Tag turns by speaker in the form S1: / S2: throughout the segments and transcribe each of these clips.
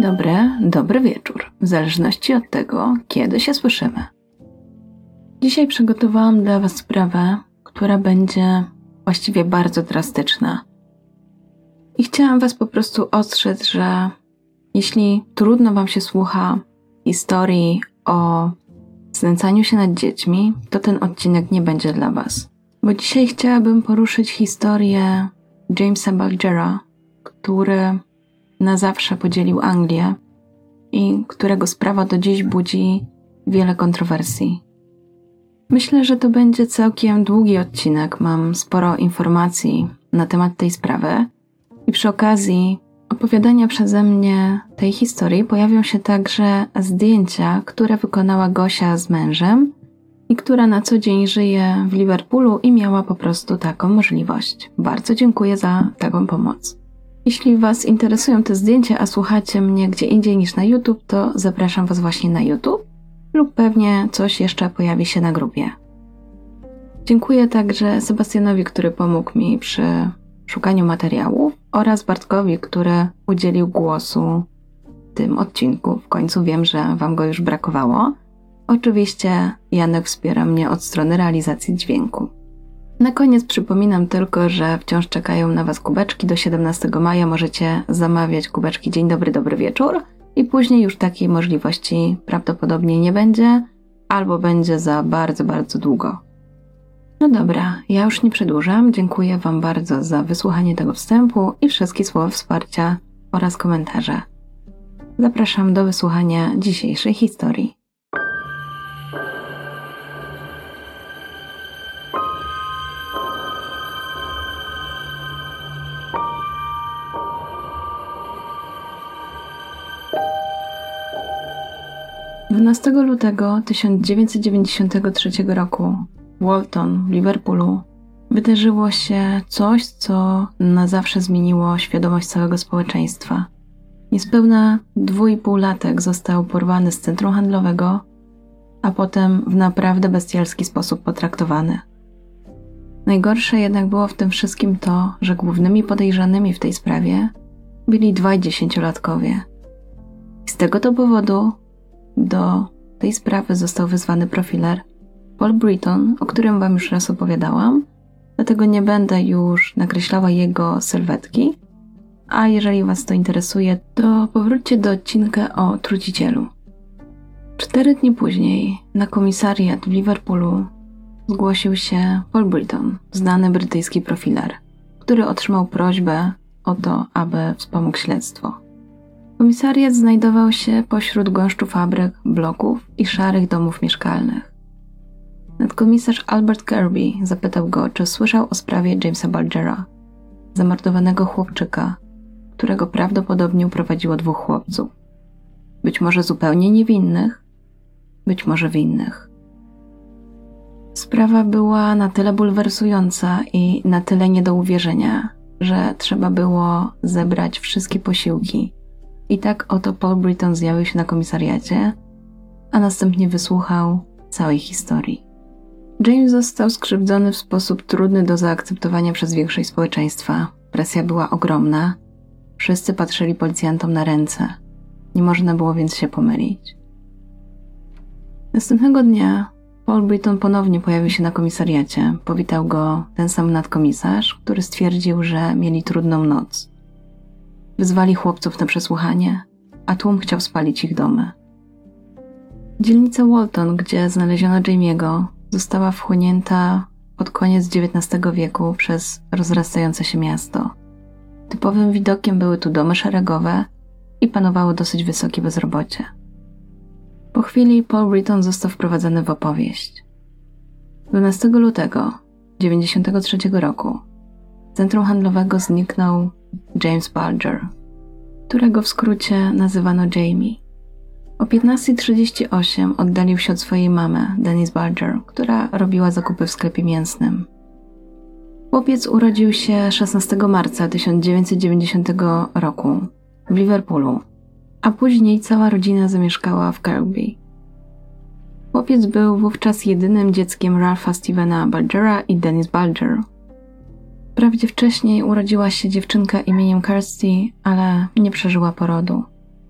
S1: dobry wieczór, w zależności od tego, kiedy się słyszymy. Dzisiaj przygotowałam dla Was sprawę, która będzie właściwie bardzo drastyczna. I chciałam Was po prostu ostrzec, że jeśli trudno Wam się słucha historii o znęcaniu się nad dziećmi, to ten odcinek nie będzie dla Was. Bo dzisiaj chciałabym poruszyć historię Jamesa Bulgera, który na zawsze podzielił Anglię i którego sprawa do dziś budzi wiele kontrowersji. Myślę, że to będzie całkiem długi odcinek, mam sporo informacji na temat tej sprawy i przy okazji opowiadania przeze mnie tej historii pojawią się także zdjęcia, które wykonała Gosia z mężem i która na co dzień żyje w Liverpoolu i miała po prostu taką możliwość. Bardzo dziękuję za taką pomoc. Jeśli Was interesują te zdjęcia, a słuchacie mnie gdzie indziej niż na YouTube, to zapraszam Was właśnie na YouTube lub pewnie coś jeszcze pojawi się na grupie. Dziękuję także Sebastianowi, który pomógł mi przy szukaniu materiałów oraz Bartkowi, który udzielił głosu w tym odcinku. W końcu wiem, że Wam go już brakowało. Oczywiście Janek wspiera mnie od strony realizacji dźwięku. Na koniec przypominam tylko, że wciąż czekają na Was kubeczki. Do 17 maja możecie zamawiać kubeczki Dzień dobry, dobry wieczór i później już takiej możliwości prawdopodobnie nie będzie albo będzie za bardzo, bardzo długo. No dobra, ja już nie przedłużam. Dziękuję Wam bardzo za wysłuchanie tego wstępu i wszystkie słowa wsparcia oraz komentarze. Zapraszam do wysłuchania dzisiejszej historii. Dwunastego lutego 1993 roku w Walton w Liverpoolu wydarzyło się coś, co na zawsze zmieniło świadomość całego społeczeństwa. Niespełna 2,5-latek został porwany z centrum handlowego, a potem w naprawdę bestialski sposób potraktowany. Najgorsze jednak było w tym wszystkim to, że głównymi podejrzanymi w tej sprawie byli dwaj 10-latkowie. I z tego to powodu do tej sprawy został wezwany profiler Paul Britton, o którym Wam już raz opowiadałam, dlatego nie będę już nakreślała jego sylwetki, a jeżeli Was to interesuje, to powróćcie do odcinka o trucicielu. 4 dni później na komisariat w Liverpoolu zgłosił się Paul Britton, znany brytyjski profiler, który otrzymał prośbę o to, aby wspomógł śledztwo. Komisariat znajdował się pośród gąszczu fabryk, bloków i szarych domów mieszkalnych. Nadkomisarz Albert Kirby zapytał go, czy słyszał o sprawie Jamesa Bulgera, zamordowanego chłopczyka, którego prawdopodobnie uprowadziło 2 chłopców. Być może zupełnie niewinnych, być może winnych. Sprawa była na tyle bulwersująca i na tyle nie do uwierzenia, że trzeba było zebrać wszystkie posiłki. I tak oto Paul Britton zjawił się na komisariacie, a następnie wysłuchał całej historii. James został skrzywdzony w sposób trudny do zaakceptowania przez większość społeczeństwa. Presja była ogromna. Wszyscy patrzyli policjantom na ręce. Nie można było więc się pomylić. Następnego dnia Paul Britton ponownie pojawił się na komisariacie. Powitał go ten sam nadkomisarz, który stwierdził, że mieli trudną noc. Wyzwali chłopców na przesłuchanie, a tłum chciał spalić ich domy. Dzielnica Walton, gdzie znaleziono Jamie'ego, została wchłonięta pod koniec XIX wieku przez rozrastające się miasto. Typowym widokiem były tu domy szeregowe i panowało dosyć wysokie bezrobocie. Po chwili Paul Britton został wprowadzony w opowieść. 12 lutego 1993 roku z centrum handlowego zniknął James Bulger, którego w skrócie nazywano Jamie. O 15:38 oddalił się od swojej mamy, Denise Bulger, która robiła zakupy w sklepie mięsnym. Chłopiec urodził się 16 marca 1990 roku w Liverpoolu, a później cała rodzina zamieszkała w Kirkby. Chłopiec był wówczas jedynym dzieckiem Ralpha Stevena Bulgera i Denise Bulger. Wprawdzie wcześniej urodziła się dziewczynka imieniem Kirsty, ale nie przeżyła porodu.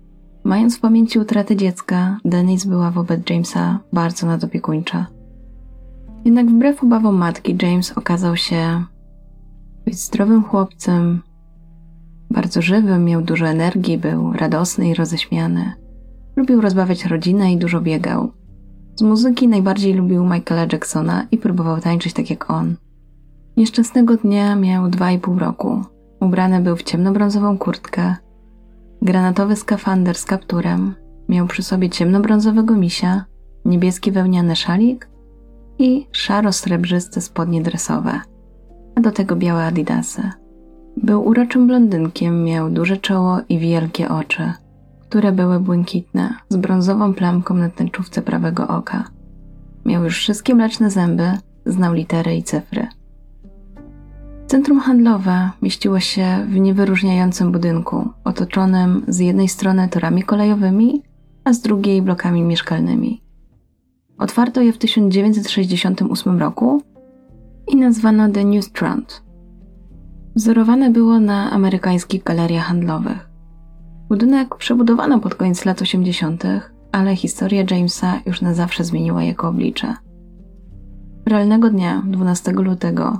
S1: Mając w pamięci utratę dziecka, Denise była wobec Jamesa bardzo nadopiekuńcza. Jednak wbrew obawom matki, James okazał się być zdrowym chłopcem, bardzo żywym, miał dużo energii, był radosny i roześmiany. Lubił rozbawiać rodzinę i dużo biegał. Z muzyki najbardziej lubił Michaela Jacksona i próbował tańczyć tak jak on. Nieszczęsnego dnia miał 2,5 roku. Ubrany był w ciemnobrązową kurtkę, granatowy skafander z kapturem, miał przy sobie ciemnobrązowego misia, niebieski wełniany szalik i szaro-srebrzyste spodnie dresowe, a do tego białe adidasy. Był uroczym blondynkiem, miał duże czoło i wielkie oczy, które były błękitne, z brązową plamką na tęczówce prawego oka. Miał już wszystkie mleczne zęby, znał litery i cyfry. Centrum handlowe mieściło się w niewyróżniającym budynku, otoczonym z jednej strony torami kolejowymi, a z drugiej blokami mieszkalnymi. Otwarto je w 1968 roku i nazwano The New Strand. Wzorowane było na amerykańskich galeriach handlowych. Budynek przebudowano pod koniec lat 80., ale historia Jamesa już na zawsze zmieniła jego oblicze. Realnego dnia, 12 lutego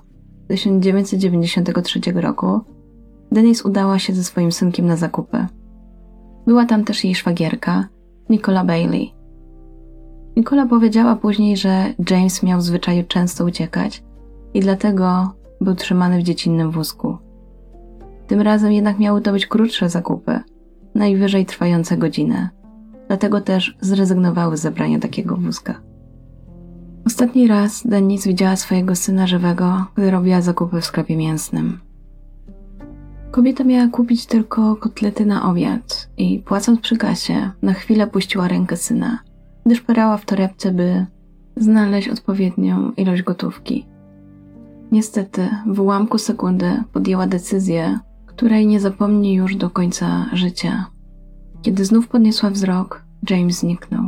S1: 1993 roku, Denise udała się ze swoim synkiem na zakupy. Była tam też jej szwagierka, Nicola Bailey. Nicola powiedziała później, że James miał w zwyczaju często uciekać i dlatego był trzymany w dziecinnym wózku. Tym razem jednak miały to być krótsze zakupy, najwyżej trwające godzinę. Dlatego też zrezygnowały z zabrania takiego wózka. Ostatni raz Denise widziała swojego syna żywego, gdy robiła zakupy w sklepie mięsnym. Kobieta miała kupić tylko kotlety na obiad i płacąc przy kasie, na chwilę puściła rękę syna, gdyż perała w torebce, by znaleźć odpowiednią ilość gotówki. Niestety, w ułamku sekundy podjęła decyzję, której nie zapomni już do końca życia. Kiedy znów podniosła wzrok, James zniknął.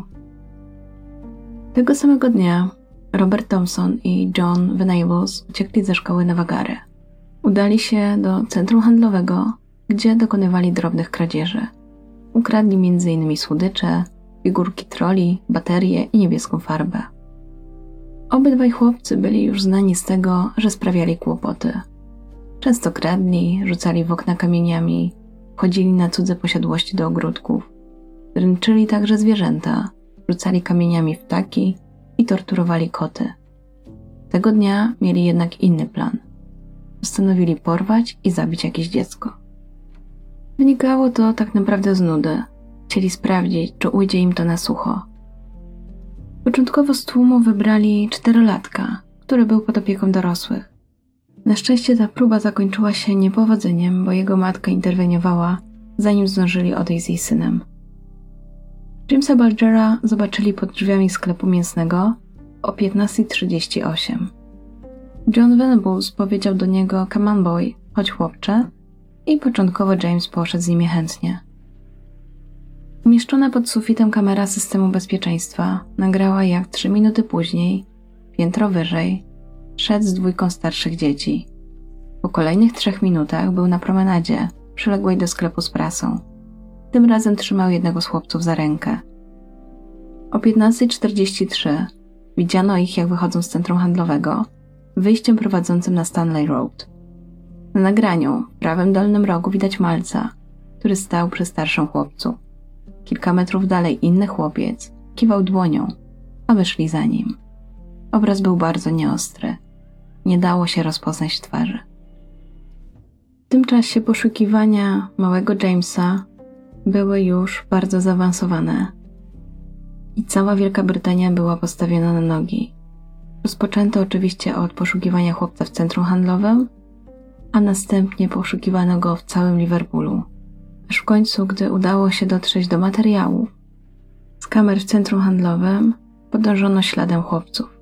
S1: Tego samego dnia Robert Thompson i John Venables uciekli ze szkoły na wagary. Udali się do centrum handlowego, gdzie dokonywali drobnych kradzieży. Ukradli m.in. słodycze, figurki troli, baterie i niebieską farbę. Obydwaj chłopcy byli już znani z tego, że sprawiali kłopoty. Często kradli, rzucali w okna kamieniami, wchodzili na cudze posiadłości do ogródków. Dręczyli także zwierzęta, rzucali kamieniami w ptaki i torturowali koty. Tego dnia mieli jednak inny plan. Postanowili porwać i zabić jakieś dziecko. Wynikało to tak naprawdę z nudy. Chcieli sprawdzić, czy ujdzie im to na sucho. Początkowo z tłumu wybrali 4-latka, który był pod opieką dorosłych. Na szczęście ta próba zakończyła się niepowodzeniem, bo jego matka interweniowała, zanim zdążyli odejść z jej synem. Jamesa Bulgera zobaczyli pod drzwiami sklepu mięsnego o 15:38. John Venables powiedział do niego "Come on boy", chodź chłopcze, i początkowo James poszedł z nimi chętnie. Umieszczona pod sufitem kamera systemu bezpieczeństwa nagrała, jak 3 minuty później, piętro wyżej, szedł z 2 starszych dzieci. Po kolejnych 3 minutach był na promenadzie, przyległej do sklepu z prasą. Tym razem trzymał jednego z chłopców za rękę. O 15:43 widziano ich, jak wychodzą z centrum handlowego, wyjściem prowadzącym na Stanley Road. Na nagraniu w prawym dolnym rogu widać malca, który stał przy starszym chłopcu. Kilka metrów dalej inny chłopiec kiwał dłonią, a my szli za nim. Obraz był bardzo nieostry. Nie dało się rozpoznać twarzy. W tym czasie poszukiwania małego Jamesa były już bardzo zaawansowane i cała Wielka Brytania była postawiona na nogi. Rozpoczęto oczywiście od poszukiwania chłopca w centrum handlowym, a następnie poszukiwano go w całym Liverpoolu. Aż w końcu, gdy udało się dotrzeć do materiałów, z kamer w centrum handlowym podążono śladem chłopców.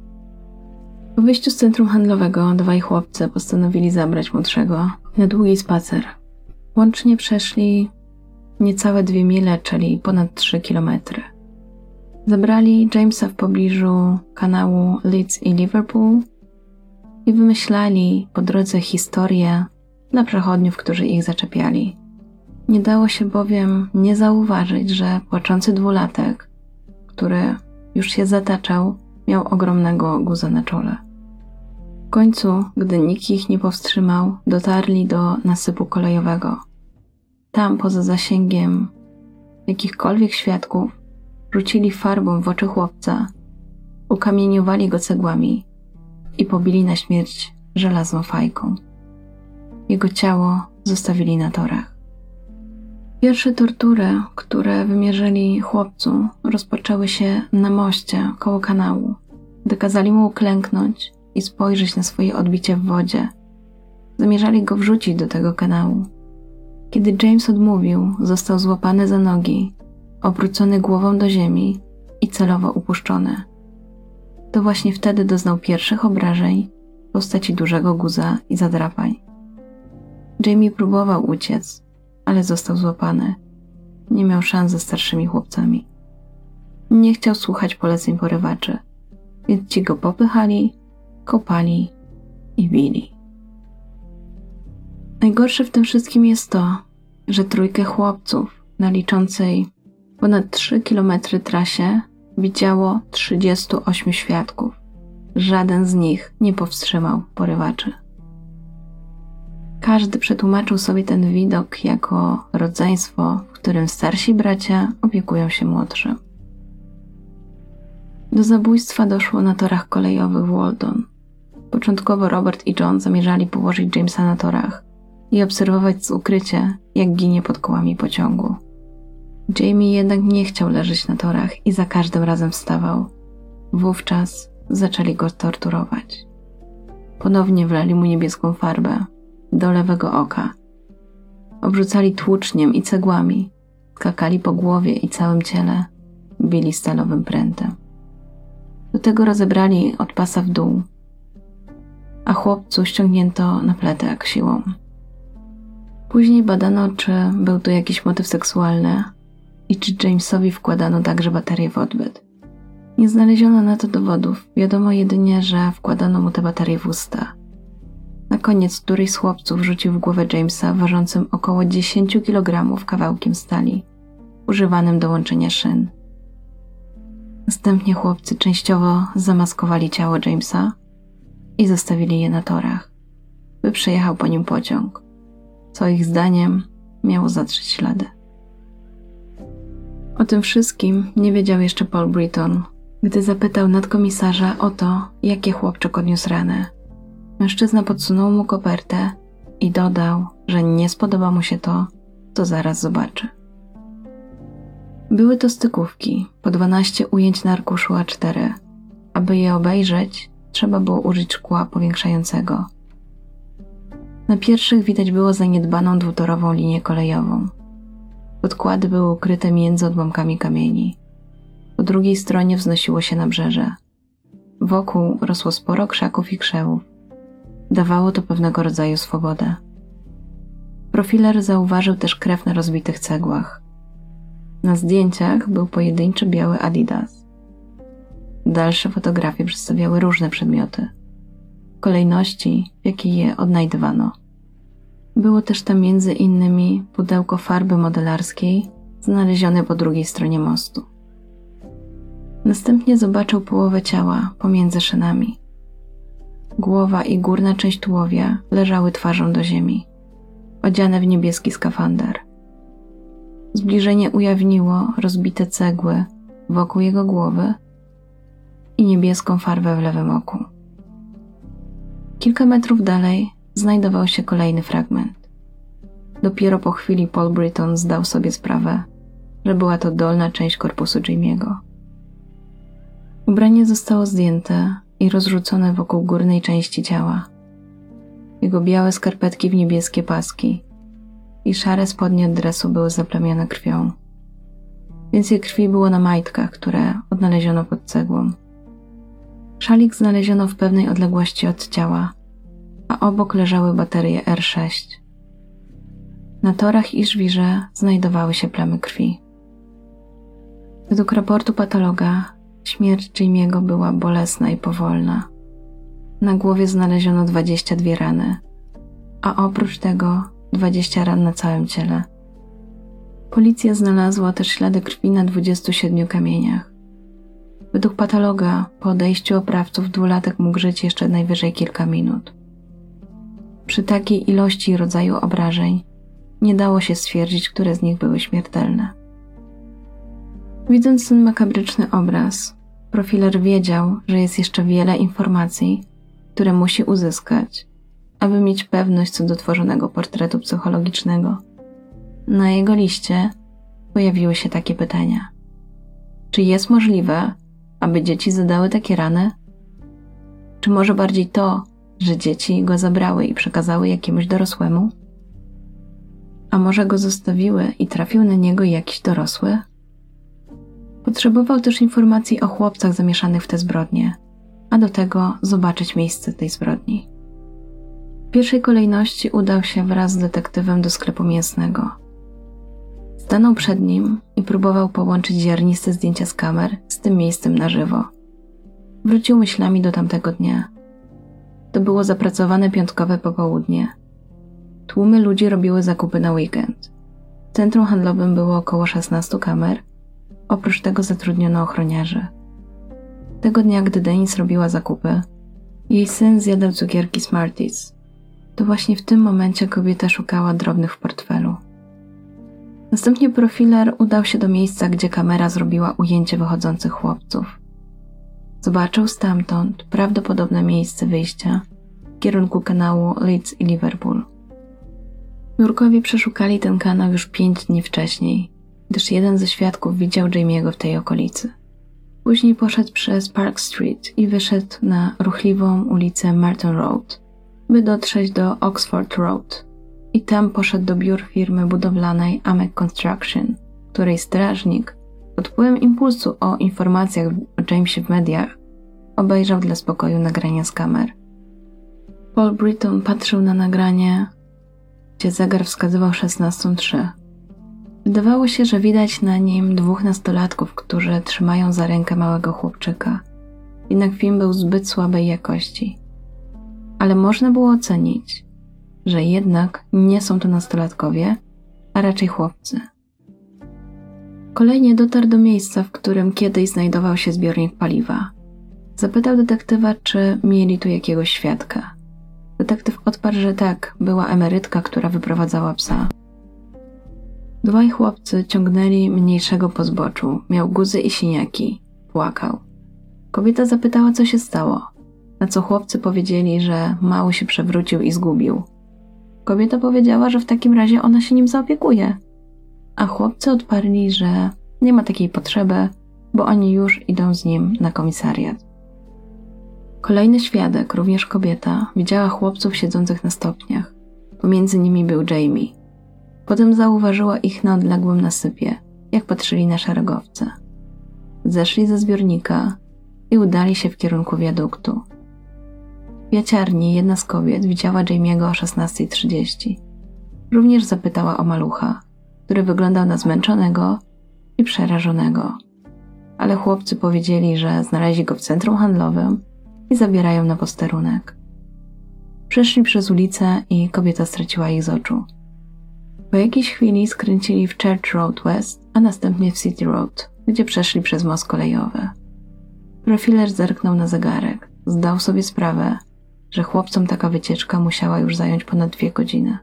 S1: Po wyjściu z centrum handlowego 2 chłopcy postanowili zabrać młodszego na długi spacer. Łącznie przeszli niecałe 2 mile, czyli ponad 3 kilometry. Zabrali Jamesa w pobliżu kanału Leeds i Liverpool i wymyślali po drodze historię dla przechodniów, którzy ich zaczepiali. Nie dało się bowiem nie zauważyć, że płaczący 2-latek, który już się zataczał, miał ogromnego guza na czole. W końcu, gdy nikt ich nie powstrzymał, dotarli do nasypu kolejowego. Tam, poza zasięgiem jakichkolwiek świadków, rzucili farbą w oczy chłopca, ukamieniowali go cegłami i pobili na śmierć żelazną fajką. Jego ciało zostawili na torach. Pierwsze tortury, które wymierzyli chłopcu, rozpoczęły się na moście koło kanału, gdy kazali mu uklęknąć i spojrzeć na swoje odbicie w wodzie. Zamierzali go wrzucić do tego kanału. Kiedy James odmówił, został złapany za nogi, obrócony głową do ziemi i celowo upuszczony. To właśnie wtedy doznał pierwszych obrażeń w postaci dużego guza i zadrapań. Jamie próbował uciec, ale został złapany. Nie miał szans ze starszymi chłopcami. Nie chciał słuchać poleceń porywaczy, więc ci go popychali, kopali i bili. Najgorsze w tym wszystkim jest to, że trójkę chłopców na liczącej ponad 3 kilometry trasie widziało 38 świadków. Żaden z nich nie powstrzymał porywaczy. Każdy przetłumaczył sobie ten widok jako rodzeństwo, w którym starsi bracia opiekują się młodszym. Do zabójstwa doszło na torach kolejowych w Walton. Początkowo Robert i John zamierzali położyć Jamesa na torach i obserwować z ukrycia, jak ginie pod kołami pociągu. Jamie jednak nie chciał leżeć na torach i za każdym razem wstawał. Wówczas zaczęli go torturować. Ponownie wlali mu niebieską farbę do lewego oka. Obrzucali tłuczniem i cegłami, skakali po głowie i całym ciele, bili stalowym prętem. Do tego rozebrali od pasa w dół, a chłopcu ściągnięto na pletek siłą. Później badano, czy był to jakiś motyw seksualny i czy Jamesowi wkładano także baterię w odbyt. Nie znaleziono na to dowodów, wiadomo jedynie, że wkładano mu te baterie w usta. Na koniec któryś z chłopców rzucił w głowę Jamesa ważącym około 10 kg kawałkiem stali, używanym do łączenia szyn. Następnie chłopcy częściowo zamaskowali ciało Jamesa i zostawili je na torach, by przejechał po nim pociąg, co ich zdaniem miało zatrzeć ślady. O tym wszystkim nie wiedział jeszcze Paul Britton, gdy zapytał nadkomisarza o to, jakie chłopczyk odniósł rany. Mężczyzna podsunął mu kopertę i dodał, że nie spodoba mu się to, co zaraz zobaczy. Były to stykówki, po 12 ujęć na arkuszu A4. Aby je obejrzeć, trzeba było użyć szkła powiększającego. Na pierwszych widać było zaniedbaną dwutorową linię kolejową. Podkłady były ukryte między odłamkami kamieni. Po drugiej stronie wznosiło się nabrzeże. Wokół rosło sporo krzaków i krzewów. Dawało to pewnego rodzaju swobodę. Profiler zauważył też krew na rozbitych cegłach. Na zdjęciach był pojedynczy biały Adidas. Dalsze fotografie przedstawiały różne przedmioty, w kolejności, w jakiej je odnajdywano. Było też tam między innymi pudełko farby modelarskiej znalezione po drugiej stronie mostu. Następnie zobaczył połowę ciała pomiędzy szynami. Głowa i górna część tułowia leżały twarzą do ziemi, odziane w niebieski skafander. Zbliżenie ujawniło rozbite cegły wokół jego głowy i niebieską farbę w lewym oku. Kilka metrów dalej znajdował się kolejny fragment. Dopiero po chwili Paul Britton zdał sobie sprawę, że była to dolna część korpusu Jamie'ego. Ubranie zostało zdjęte i rozrzucone wokół górnej części ciała. Jego białe skarpetki w niebieskie paski i szare spodnie od dresu były zaplamione krwią. Więcej krwi było na majtkach, które odnaleziono pod cegłą. Szalik znaleziono w pewnej odległości od ciała, a obok leżały baterie R6. Na torach i żwirze znajdowały się plamy krwi. Według raportu patologa śmierć Jamie'ego była bolesna i powolna. Na głowie znaleziono 22 rany, a oprócz tego 20 ran na całym ciele, Policja znalazła też ślady krwi na 27 kamieniach. Według patologa po odejściu oprawców 2-latek mógł żyć jeszcze najwyżej kilka minut. Przy takiej ilości i rodzaju obrażeń nie dało się stwierdzić, które z nich były śmiertelne. Widząc ten makabryczny obraz, profiler wiedział, że jest jeszcze wiele informacji, które musi uzyskać, aby mieć pewność co do tworzonego portretu psychologicznego. Na jego liście pojawiły się takie pytania. Czy jest możliwe, aby dzieci zadały takie rany? Czy może bardziej to, że dzieci go zabrały i przekazały jakiemuś dorosłemu? A może go zostawiły i trafił na niego jakiś dorosły? Potrzebował też informacji o chłopcach zamieszanych w te zbrodnie, a do tego zobaczyć miejsce tej zbrodni. W pierwszej kolejności udał się wraz z detektywem do sklepu mięsnego. Stanął przed nim i próbował połączyć ziarniste zdjęcia z kamer z tym miejscem na żywo. Wrócił myślami do tamtego dnia. To było zapracowane piątkowe popołudnie. Tłumy ludzi robiły zakupy na weekend. W centrum handlowym było około 16 kamer, oprócz tego zatrudniono ochroniarzy. Tego dnia, gdy Denise robiła zakupy, jej syn zjadał cukierki Smarties. To właśnie w tym momencie kobieta szukała drobnych w portfelu. Następnie profiler udał się do miejsca, gdzie kamera zrobiła ujęcie wychodzących chłopców. Zobaczył stamtąd prawdopodobne miejsce wyjścia w kierunku kanału Leeds i Liverpool. Nurkowie przeszukali ten kanał już 5 dni wcześniej, gdyż jeden ze świadków widział Jamie'ego w tej okolicy. Później poszedł przez Park Street i wyszedł na ruchliwą ulicę Martin Road, by dotrzeć do Oxford Road. I tam poszedł do biur firmy budowlanej Amek Construction, której strażnik pod wpływem impulsu o informacjach o Jamesie w mediach obejrzał dla spokoju nagrania z kamer. Paul Britton patrzył na nagranie, gdzie zegar wskazywał 16:03. Wydawało się, że widać na nim 2 nastolatków, którzy trzymają za rękę małego chłopczyka. Jednak film był zbyt słabej jakości. Ale można było ocenić, że jednak nie są to nastolatkowie, a raczej chłopcy. Kolejnie dotarł do miejsca, w którym kiedyś znajdował się zbiornik paliwa. Zapytał detektywa, czy mieli tu jakiegoś świadka. Detektyw odparł, że tak, była emerytka, która wyprowadzała psa. 2 chłopcy ciągnęli mniejszego po zboczu, miał guzy i siniaki, płakał. Kobieta zapytała, co się stało, na co chłopcy powiedzieli, że mały się przewrócił i zgubił. Kobieta powiedziała, że w takim razie ona się nim zaopiekuje, a chłopcy odparli, że nie ma takiej potrzeby, bo oni już idą z nim na komisariat. Kolejny świadek, również kobieta, widziała chłopców siedzących na stopniach. Pomiędzy nimi był Jamie. Potem zauważyła ich na odległym nasypie, jak patrzyli na szeregowce. Zeszli ze zbiornika i udali się w kierunku wiaduktu. W kwiaciarni jedna z kobiet widziała Jamie'ego o 16:30. Również zapytała o malucha, który wyglądał na zmęczonego i przerażonego. Ale chłopcy powiedzieli, że znaleźli go w centrum handlowym i zabierają na posterunek. Przeszli przez ulicę i kobieta straciła ich z oczu. Po jakiejś chwili skręcili w Church Road West, a następnie w City Road, gdzie przeszli przez most kolejowy. Profiler zerknął na zegarek. Zdał sobie sprawę, że chłopcom taka wycieczka musiała już zająć ponad 2 godziny.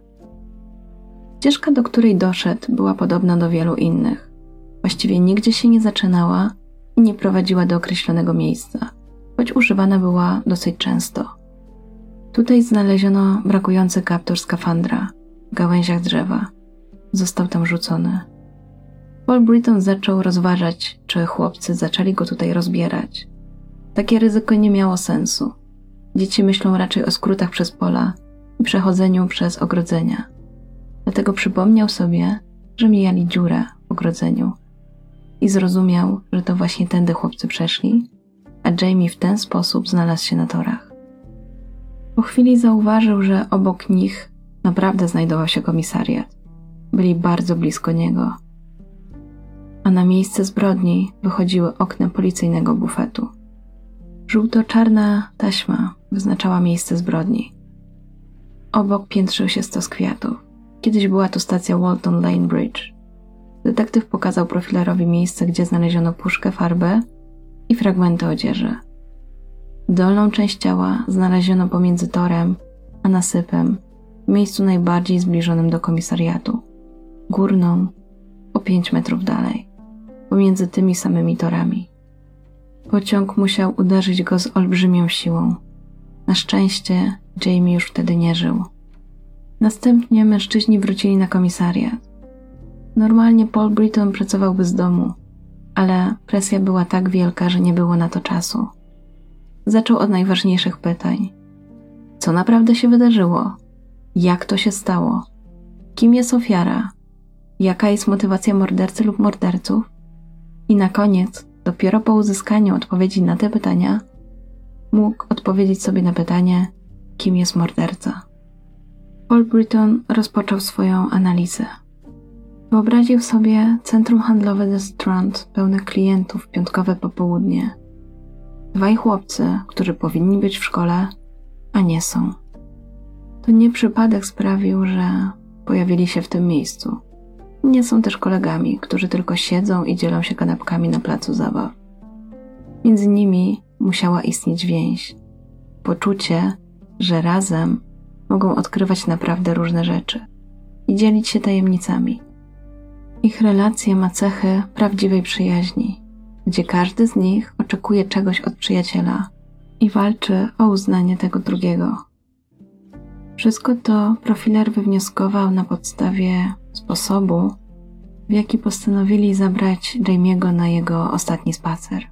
S1: Ścieżka, do której doszedł, była podobna do wielu innych. Właściwie nigdzie się nie zaczynała i nie prowadziła do określonego miejsca, choć używana była dosyć często. Tutaj znaleziono brakujący kaptur skafandra w gałęziach drzewa. Został tam rzucony. Paul Britton zaczął rozważać, czy chłopcy zaczęli go tutaj rozbierać. Takie ryzyko nie miało sensu. Dzieci myślą raczej o skrótach przez pola i przechodzeniu przez ogrodzenia. Dlatego przypomniał sobie, że mijali dziurę w ogrodzeniu i zrozumiał, że to właśnie tędy chłopcy przeszli, a Jamie w ten sposób znalazł się na torach. Po chwili zauważył, że obok nich naprawdę znajdował się komisariat. Byli bardzo blisko niego, a na miejsce zbrodni wychodziły okna policyjnego bufetu. Żółto-czarna taśma wyznaczała miejsce zbrodni. Obok piętrzył się stos kwiatów. Kiedyś była tu stacja Walton Lane Bridge. Detektyw pokazał profilerowi miejsce, gdzie znaleziono puszkę farby i fragmenty odzieży. Dolną część ciała znaleziono pomiędzy torem a nasypem, w miejscu najbardziej zbliżonym do komisariatu. Górną o 5 metrów dalej, pomiędzy tymi samymi torami. Pociąg musiał uderzyć go z olbrzymią siłą. Na szczęście Jamie już wtedy nie żył. Następnie mężczyźni wrócili na komisariat. Normalnie Paul Britton pracowałby z domu, ale presja była tak wielka, że nie było na to czasu. Zaczął od najważniejszych pytań. Co naprawdę się wydarzyło? Jak to się stało? Kim jest ofiara? Jaka jest motywacja mordercy lub morderców? I na koniec, dopiero po uzyskaniu odpowiedzi na te pytania, mógł odpowiedzieć sobie na pytanie, kim jest morderca. Paul Britton rozpoczął swoją analizę. Wyobraził sobie centrum handlowe The Strand pełne klientów w piątkowe popołudnie. 2 chłopcy, którzy powinni być w szkole, a nie są. To nie przypadek sprawił, że pojawili się w tym miejscu. Nie są też kolegami, którzy tylko siedzą i dzielą się kanapkami na placu zabaw. Między nimi musiała istnieć więź. Poczucie, że razem mogą odkrywać naprawdę różne rzeczy i dzielić się tajemnicami. Ich relacja ma cechy prawdziwej przyjaźni, gdzie każdy z nich oczekuje czegoś od przyjaciela i walczy o uznanie tego drugiego. Wszystko to profiler wywnioskował na podstawie sposobu, w jaki postanowili zabrać Jamie'ego na jego ostatni spacer.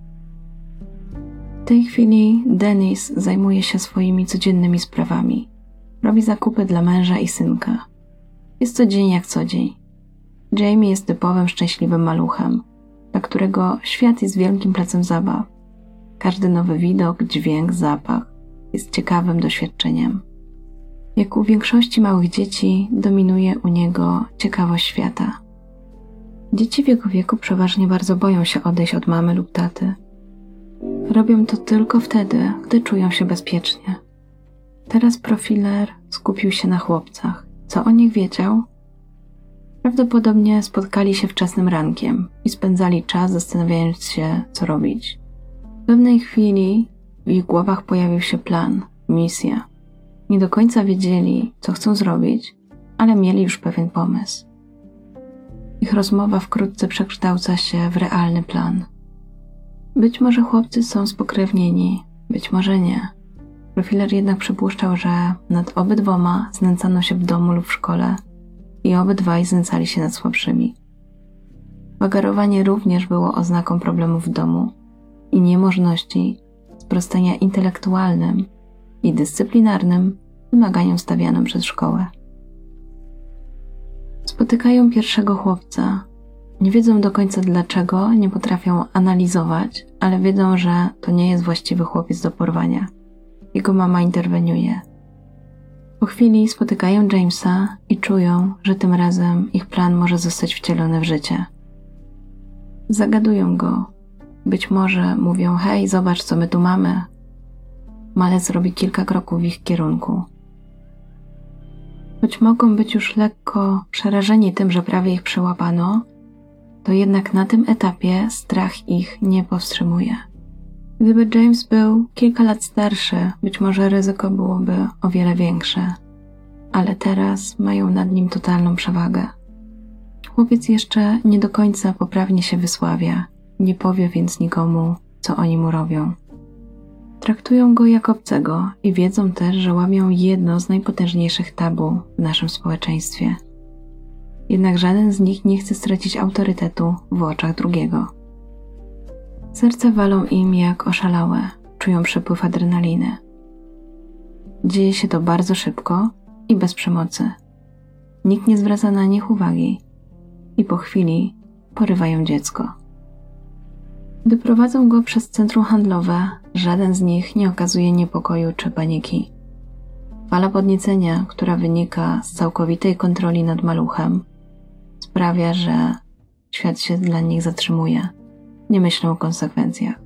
S1: W tej chwili Dennis zajmuje się swoimi codziennymi sprawami. Robi zakupy dla męża i synka. Jest to dzień jak co dzień. Jamie jest typowym szczęśliwym maluchem, dla którego świat jest wielkim placem zabaw. Każdy nowy widok, dźwięk, zapach jest ciekawym doświadczeniem. Jak u większości małych dzieci, dominuje u niego ciekawość świata. Dzieci w jego wieku przeważnie bardzo boją się odejść od mamy lub taty. Robią to tylko wtedy, gdy czują się bezpiecznie. Teraz profiler skupił się na chłopcach. Co o nich wiedział? Prawdopodobnie spotkali się wczesnym rankiem i spędzali czas zastanawiając się, co robić. W pewnej chwili w ich głowach pojawił się plan, misja. Nie do końca wiedzieli, co chcą zrobić, ale mieli już pewien pomysł. Ich rozmowa wkrótce przekształca się w realny plan. Być może chłopcy są spokrewnieni, być może nie. Profiler jednak przypuszczał, że nad obydwoma znęcano się w domu lub w szkole i obydwaj znęcali się nad słabszymi. Wagarowanie również było oznaką problemów w domu i niemożności sprostania intelektualnym i dyscyplinarnym wymaganiom stawianym przez szkołę. Spotykają pierwszego chłopca. Nie wiedzą do końca dlaczego, nie potrafią analizować, ale wiedzą, że to nie jest właściwy chłopiec do porwania. Jego mama interweniuje. Po chwili spotykają Jamesa i czują, że tym razem ich plan może zostać wcielony w życie. Zagadują go. Być może mówią: hej, zobacz, co my tu mamy. Malec robi kilka kroków w ich kierunku. Choć mogą być już lekko przerażeni tym, że prawie ich przełapano, to jednak na tym etapie strach ich nie powstrzymuje. Gdyby James był kilka lat starszy, być może ryzyko byłoby o wiele większe, ale teraz mają nad nim totalną przewagę. Chłopiec jeszcze nie do końca poprawnie się wysławia, nie powie więc nikomu, co oni mu robią. Traktują go jak obcego i wiedzą też, że łamią jedno z najpotężniejszych tabu w naszym społeczeństwie. Jednak żaden z nich nie chce stracić autorytetu w oczach drugiego. Serce walą im jak oszalałe, czują przepływ adrenaliny. Dzieje się to bardzo szybko i bez przemocy. Nikt nie zwraca na nich uwagi i po chwili porywają dziecko. Gdy prowadzą go przez centrum handlowe, żaden z nich nie okazuje niepokoju czy paniki. Fala podniecenia, która wynika z całkowitej kontroli nad maluchem, sprawia, że świat się dla nich zatrzymuje. Nie myślą o konsekwencjach.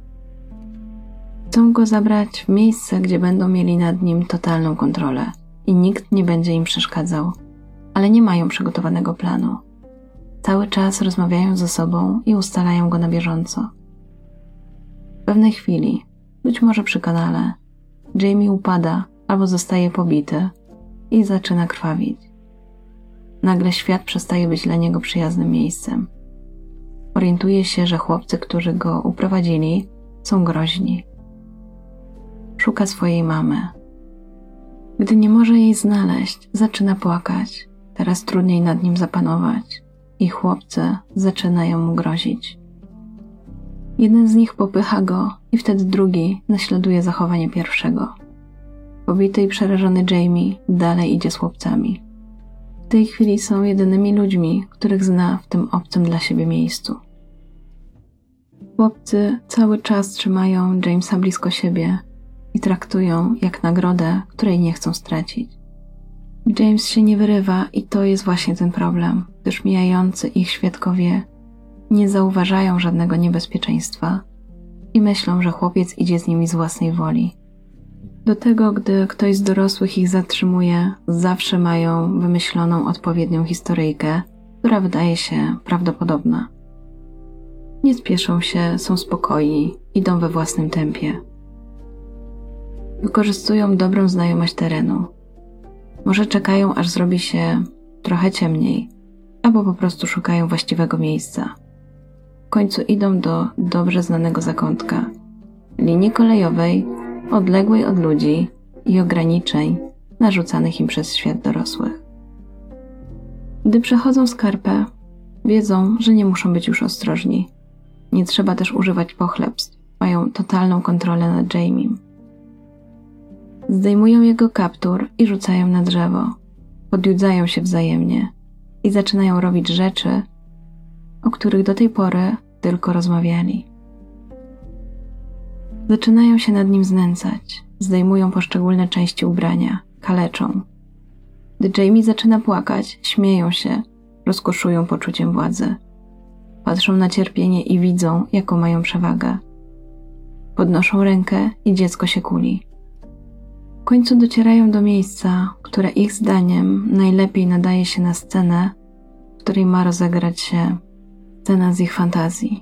S1: Chcą go zabrać w miejsce, gdzie będą mieli nad nim totalną kontrolę i nikt nie będzie im przeszkadzał, ale nie mają przygotowanego planu. cały czas rozmawiają ze sobą i ustalają go na bieżąco. W pewnej chwili, być może przy kanale, Jamie upada albo zostaje pobity i zaczyna krwawić. Nagle świat przestaje być dla niego przyjaznym miejscem. Orientuje się, że chłopcy, którzy go uprowadzili, są groźni. Szuka swojej mamy. Gdy nie może jej znaleźć, zaczyna płakać. Teraz trudniej nad nim zapanować i chłopcy zaczynają mu grozić. Jeden z nich popycha go i wtedy drugi naśladuje zachowanie pierwszego. Pobity i przerażony Jamie dalej idzie z chłopcami. W tej chwili są jedynymi ludźmi, których zna w tym obcym dla siebie miejscu. Chłopcy cały czas trzymają Jamesa blisko siebie i traktują jak nagrodę, której nie chcą stracić. James się nie wyrywa i to jest właśnie ten problem, gdyż mijający ich świadkowie nie zauważają żadnego niebezpieczeństwa i myślą, że chłopiec idzie z nimi z własnej woli. Do tego, gdy ktoś z dorosłych ich zatrzymuje, zawsze mają wymyśloną odpowiednią historyjkę, która wydaje się prawdopodobna. Nie spieszą się, są spokojni, idą we własnym tempie. Wykorzystują dobrą znajomość terenu. Może czekają, aż zrobi się trochę ciemniej, albo po prostu szukają właściwego miejsca. W końcu idą do dobrze znanego zakątka, linii kolejowej, odległej od ludzi i ograniczeń narzucanych im przez świat dorosłych. Gdy przechodzą skarpę, wiedzą, że nie muszą być już ostrożni. Nie trzeba też używać pochlebstw, mają totalną kontrolę nad Jamiem. Zdejmują jego kaptur i rzucają na drzewo. Podjudzają się wzajemnie i zaczynają robić rzeczy, o których do tej pory tylko rozmawiali. Zaczynają się nad nim znęcać, zdejmują poszczególne części ubrania, kaleczą. Gdy Jamie zaczyna płakać, śmieją się, rozkoszują poczuciem władzy. Patrzą na cierpienie i widzą, jaką mają przewagę. Podnoszą rękę i dziecko się kuli. W końcu docierają do miejsca, które ich zdaniem najlepiej nadaje się na scenę, w której ma rozegrać się scena z ich fantazji.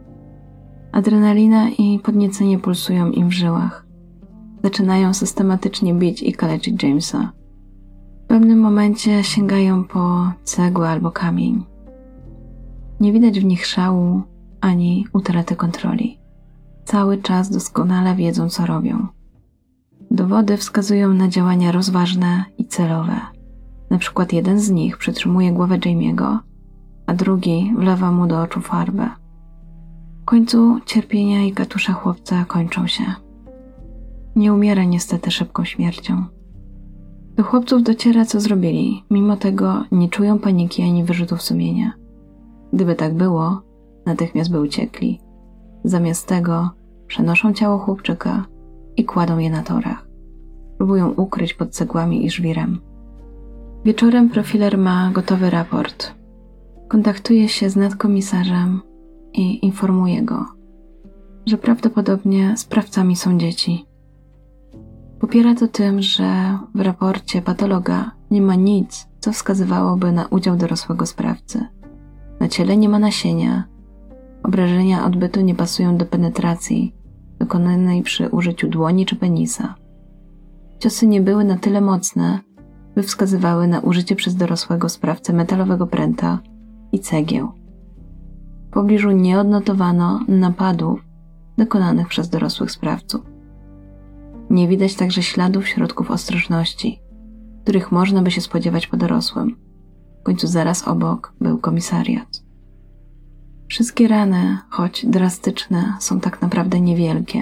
S1: Adrenalina i podniecenie pulsują im w żyłach. Zaczynają systematycznie bić i kaleczyć Jamesa. W pewnym momencie sięgają po cegłę albo kamień. Nie widać w nich szału ani utraty kontroli. Cały czas doskonale wiedzą, co robią. Dowody wskazują na działania rozważne i celowe. Na przykład jeden z nich przytrzymuje głowę Jamie'ego, a drugi wlewa mu do oczu farbę. W końcu cierpienia i katusze chłopca kończą się. Nie umiera niestety szybką śmiercią. Do chłopców dociera, co zrobili, mimo tego nie czują paniki ani wyrzutów sumienia. Gdyby tak było, natychmiast by uciekli. Zamiast tego przenoszą ciało chłopczyka i kładą je na torach. Próbują ukryć pod cegłami i żwirem. Wieczorem profiler ma gotowy raport. Kontaktuje się z nadkomisarzem i informuje go, że prawdopodobnie sprawcami są dzieci. Popiera to tym, że w raporcie patologa nie ma nic, co wskazywałoby na udział dorosłego sprawcy. Na ciele nie ma nasienia, obrażenia odbytu nie pasują do penetracji dokonanej przy użyciu dłoni czy penisa. Ciosy nie były na tyle mocne, by wskazywały na użycie przez dorosłego sprawcę metalowego pręta i cegieł. W pobliżu nie odnotowano napadów dokonanych przez dorosłych sprawców. Nie widać także śladów środków ostrożności, których można by się spodziewać po dorosłym. W końcu zaraz obok był komisariat. Wszystkie rany, choć drastyczne, są tak naprawdę niewielkie.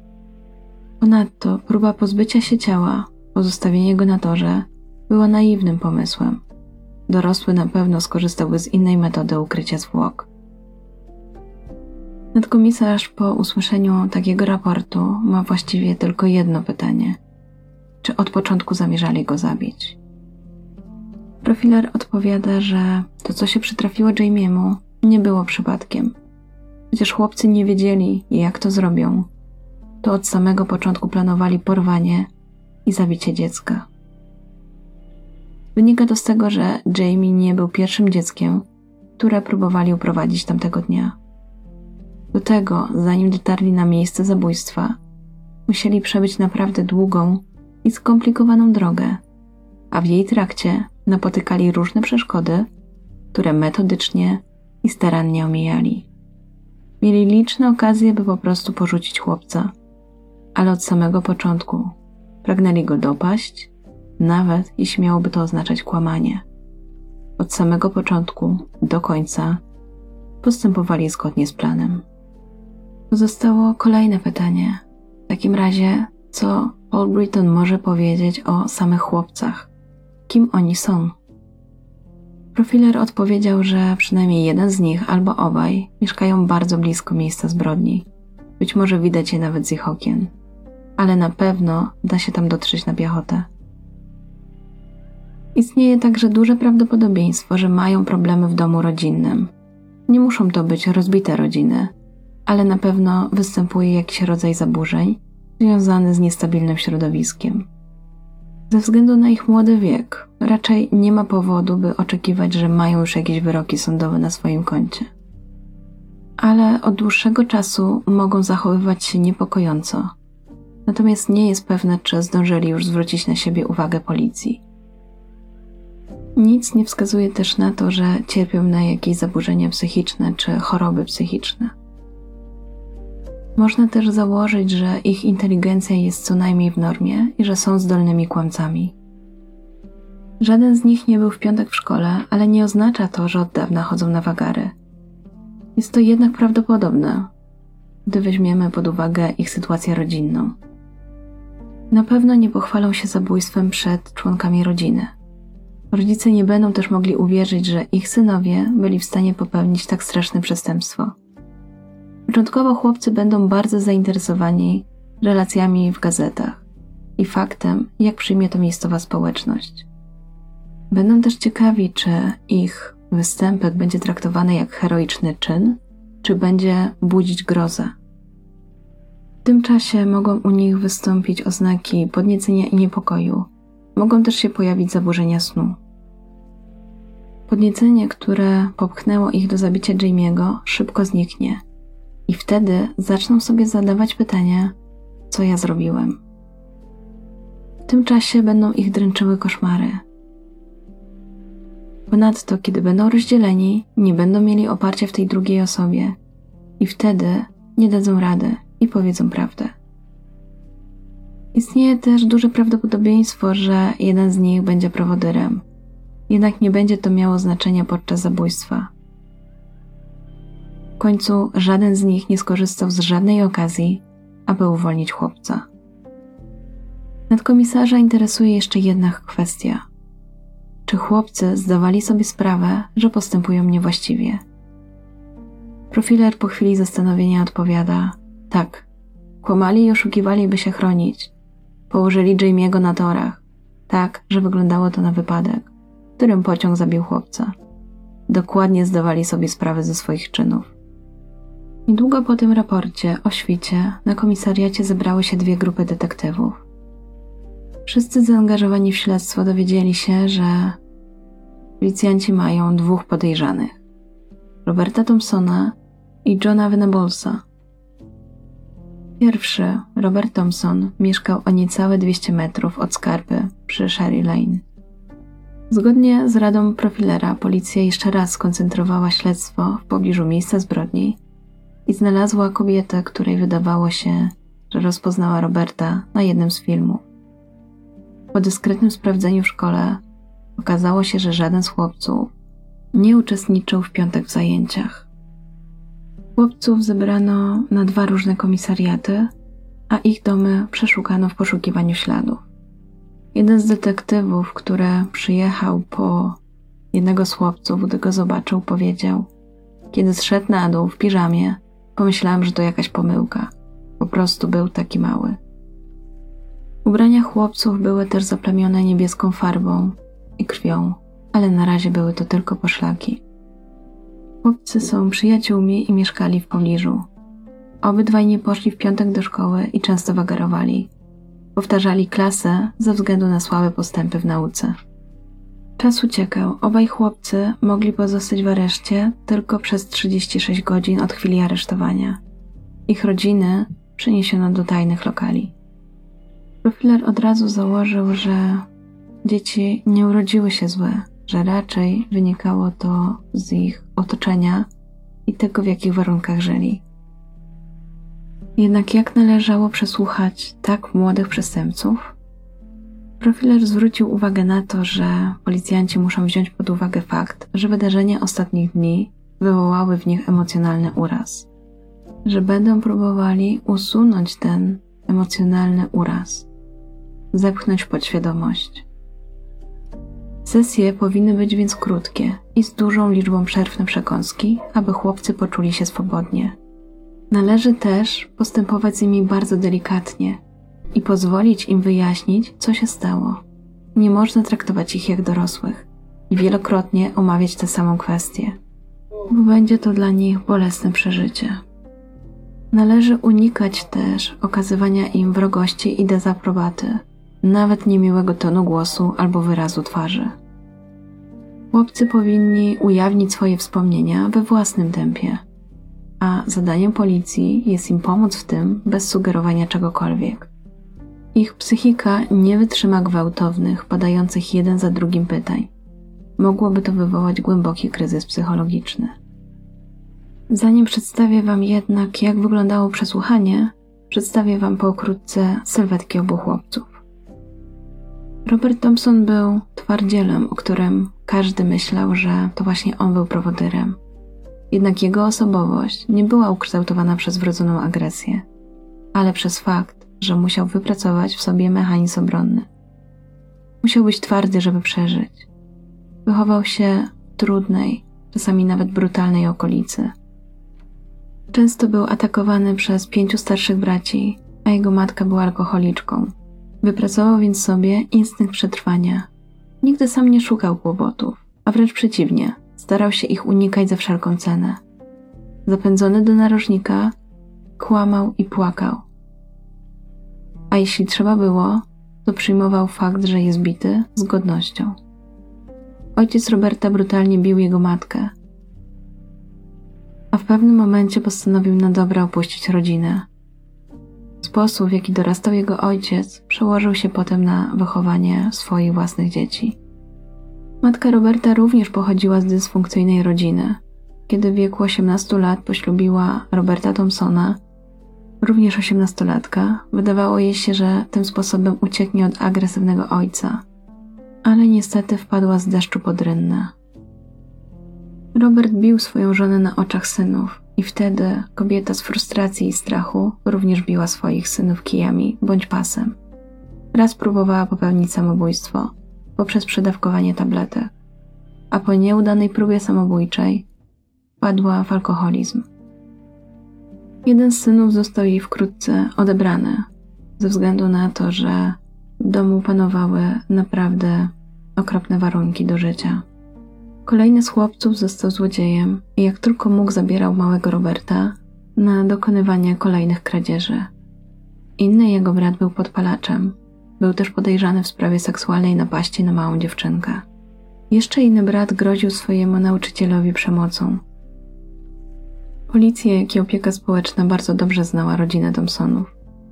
S1: Ponadto próba pozbycia się ciała, pozostawienie go na torze, była naiwnym pomysłem. Dorosły na pewno skorzystałby z innej metody ukrycia zwłok. Nadkomisarz po usłyszeniu takiego raportu ma właściwie tylko jedno pytanie. Czy od początku zamierzali go zabić? Profiler odpowiada, że to, co się przytrafiło Jamie'emu, nie było przypadkiem. Przecież chłopcy nie wiedzieli, jak to zrobią. To od samego początku planowali porwanie i zabicie dziecka. Wynika to z tego, że Jamie nie był pierwszym dzieckiem, które próbowali uprowadzić tamtego dnia. Do tego, zanim dotarli na miejsce zabójstwa, musieli przebyć naprawdę długą i skomplikowaną drogę, a w jej trakcie napotykali różne przeszkody, które metodycznie i starannie omijali. Mieli liczne okazje, by po prostu porzucić chłopca, ale od samego początku pragnęli go dopaść, nawet jeśli miałoby to oznaczać kłamanie. Od samego początku do końca postępowali zgodnie z planem. Pozostało kolejne pytanie. W takim razie, co Paul Britton może powiedzieć o samych chłopcach? Kim oni są? Profiler odpowiedział, że przynajmniej jeden z nich albo obaj mieszkają bardzo blisko miejsca zbrodni. Być może widać je nawet z ich okien, ale na pewno da się tam dotrzeć na piechotę. Istnieje także duże prawdopodobieństwo, że mają problemy w domu rodzinnym. Nie muszą to być rozbite rodziny, ale na pewno występuje jakiś rodzaj zaburzeń związany z niestabilnym środowiskiem. Ze względu na ich młody wiek, raczej nie ma powodu, by oczekiwać, że mają już jakieś wyroki sądowe na swoim koncie. Ale od dłuższego czasu mogą zachowywać się niepokojąco. Natomiast nie jest pewne, czy zdążyli już zwrócić na siebie uwagę policji. Nic nie wskazuje też na to, że cierpią na jakieś zaburzenia psychiczne czy choroby psychiczne. Można też założyć, że ich inteligencja jest co najmniej w normie i że są zdolnymi kłamcami. Żaden z nich nie był w piątek w szkole, ale nie oznacza to, że od dawna chodzą na wagary. Jest to jednak prawdopodobne, gdy weźmiemy pod uwagę ich sytuację rodzinną. Na pewno nie pochwalą się zabójstwem przed członkami rodziny. Rodzice nie będą też mogli uwierzyć, że ich synowie byli w stanie popełnić tak straszne przestępstwo. Początkowo chłopcy będą bardzo zainteresowani relacjami w gazetach i faktem, jak przyjmie to miejscowa społeczność. Będą też ciekawi, czy ich występek będzie traktowany jak heroiczny czyn, czy będzie budzić grozę. W tym czasie mogą u nich wystąpić oznaki podniecenia i niepokoju. Mogą też się pojawić zaburzenia snu. Podniecenie, które popchnęło ich do zabicia Jamie'ego, szybko zniknie. I wtedy zaczną sobie zadawać pytanie, co ja zrobiłem. W tym czasie będą ich dręczyły koszmary. Ponadto, kiedy będą rozdzieleni, nie będą mieli oparcia w tej drugiej osobie i wtedy nie dadzą rady i powiedzą prawdę. Istnieje też duże prawdopodobieństwo, że jeden z nich będzie prowodyrem, jednak nie będzie to miało znaczenia podczas zabójstwa. W końcu żaden z nich nie skorzystał z żadnej okazji, aby uwolnić chłopca. Nadkomisarza interesuje jeszcze jedna kwestia. Czy chłopcy zdawali sobie sprawę, że postępują niewłaściwie? Profiler po chwili zastanowienia odpowiada: tak, kłamali i oszukiwali, by się chronić. Położyli Jamie'ego na torach, tak, że wyglądało to na wypadek, w którym pociąg zabił chłopca. Dokładnie zdawali sobie sprawę ze swoich czynów. Niedługo po tym raporcie o świcie na komisariacie zebrały się dwie grupy detektywów. Wszyscy zaangażowani w śledztwo dowiedzieli się, że policjanci mają dwóch podejrzanych: Roberta Thompsona i Johna Venablesa. Pierwszy, Robert Thompson, mieszkał o niecałe 200 metrów od skarpy przy Sherry Lane. Zgodnie z radą profilera policja jeszcze raz skoncentrowała śledztwo w pobliżu miejsca zbrodni i znalazła kobietę, której wydawało się, że rozpoznała Roberta na jednym z filmów. Po dyskretnym sprawdzeniu w szkole okazało się, że żaden z chłopców nie uczestniczył w piątek w zajęciach. Chłopców zebrano na 2 różne komisariaty, a ich domy przeszukano w poszukiwaniu śladów. Jeden z detektywów, który przyjechał po jednego z chłopców, gdy go zobaczył, powiedział: kiedy zszedł na dół w piżamie, pomyślałem, że to jakaś pomyłka. Po prostu był taki mały. Ubrania chłopców były też zaplamione niebieską farbą i krwią, ale na razie były to tylko poszlaki. Chłopcy są przyjaciółmi i mieszkali w pobliżu. Obydwaj nie poszli w piątek do szkoły i często wagarowali. Powtarzali klasę ze względu na słabe postępy w nauce. Czas uciekał. Obaj chłopcy mogli pozostać w areszcie tylko przez 36 godzin od chwili aresztowania. Ich rodziny przeniesiono do tajnych lokali. Profiler od razu założył, że dzieci nie urodziły się złe, że raczej wynikało to z ich otoczenia i tego, w jakich warunkach żyli. Jednak jak należało przesłuchać tak młodych przestępców? Profiler zwrócił uwagę na to, że policjanci muszą wziąć pod uwagę fakt, że wydarzenia ostatnich dni wywołały w nich emocjonalny uraz, że będą próbowali usunąć ten emocjonalny uraz, zepchnąć w podświadomość. Sesje powinny być więc krótkie i z dużą liczbą przerw na przekąski, aby chłopcy poczuli się swobodnie. Należy też postępować z nimi bardzo delikatnie i pozwolić im wyjaśnić, co się stało. Nie można traktować ich jak dorosłych i wielokrotnie omawiać tę samą kwestię, bo będzie to dla nich bolesne przeżycie. Należy unikać też okazywania im wrogości i dezaprobaty, nawet niemiłego tonu głosu albo wyrazu twarzy. Chłopcy powinni ujawnić swoje wspomnienia we własnym tempie, a zadaniem policji jest im pomóc w tym bez sugerowania czegokolwiek. Ich psychika nie wytrzyma gwałtownych, padających jeden za drugim pytań. Mogłoby to wywołać głęboki kryzys psychologiczny. Zanim przedstawię Wam jednak, jak wyglądało przesłuchanie, przedstawię Wam pokrótce sylwetki obu chłopców. Robert Thompson był twardzielem, o którym każdy myślał, że to właśnie on był prowodyrem. Jednak jego osobowość nie była ukształtowana przez wrodzoną agresję, ale przez fakt, że musiał wypracować w sobie mechanizm obronny. Musiał być twardy, żeby przeżyć. Wychował się w trudnej, czasami nawet brutalnej okolicy. Często był atakowany przez 5 starszych braci, a jego matka była alkoholiczką. Wypracował więc sobie instynkt przetrwania. Nigdy sam nie szukał kłopotów, a wręcz przeciwnie, starał się ich unikać za wszelką cenę. Zapędzony do narożnika, kłamał i płakał. A jeśli trzeba było, to przyjmował fakt, że jest bity, z godnością. Ojciec Roberta brutalnie bił jego matkę, a w pewnym momencie postanowił na dobre opuścić rodzinę. Sposób, w jaki dorastał jego ojciec, przełożył się potem na wychowanie swoich własnych dzieci. Matka Roberta również pochodziła z dysfunkcyjnej rodziny. Kiedy w wieku 18 lat poślubiła Roberta Thompsona, również 18-latka, wydawało jej się, że tym sposobem ucieknie od agresywnego ojca, ale niestety wpadła z deszczu pod rynnę. Robert bił swoją żonę na oczach synów i wtedy kobieta z frustracji i strachu również biła swoich synów kijami bądź pasem. Raz próbowała popełnić samobójstwo poprzez przedawkowanie tabletek, a po nieudanej próbie samobójczej wpadła w alkoholizm. Jeden z synów został jej wkrótce odebrany ze względu na to, że w domu panowały naprawdę okropne warunki do życia. Kolejny z chłopców został złodziejem i jak tylko mógł zabierał małego Roberta na dokonywanie kolejnych kradzieży. Inny jego brat był podpalaczem. Był też podejrzany w sprawie seksualnej napaści na małą dziewczynkę. Jeszcze inny brat groził swojemu nauczycielowi przemocą. Policja, jak i opieka społeczna bardzo dobrze znała rodzinę Thompsonów.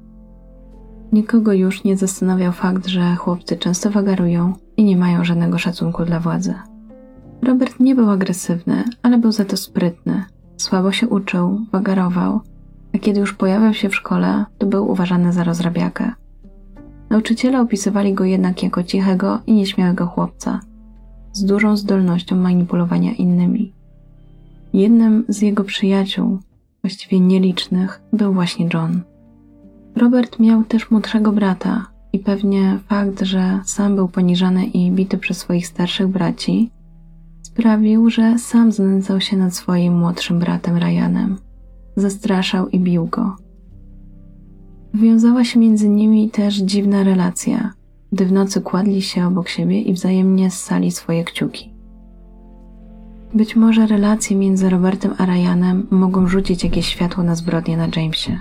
S1: Nikogo już nie zastanawiał fakt, że chłopcy często wagarują i nie mają żadnego szacunku dla władzy. Robert nie był agresywny, ale był za to sprytny. Słabo się uczył, wagarował, a kiedy już pojawiał się w szkole, to był uważany za rozrabiakę. Nauczyciele opisywali go jednak jako cichego i nieśmiałego chłopca, z dużą zdolnością manipulowania innymi. Jednym z jego przyjaciół, właściwie nielicznych, był właśnie John. Robert miał też młodszego brata i pewnie fakt, że sam był poniżany i bity przez swoich starszych braci, sprawił, że sam znęcał się nad swoim młodszym bratem Ryanem. Zastraszał i bił go. Wiązała się między nimi też dziwna relacja, gdy w nocy kładli się obok siebie i wzajemnie ssali swoje kciuki. Być może relacje między Robertem a Ryanem mogą rzucić jakieś światło na zbrodnię na Jamesie.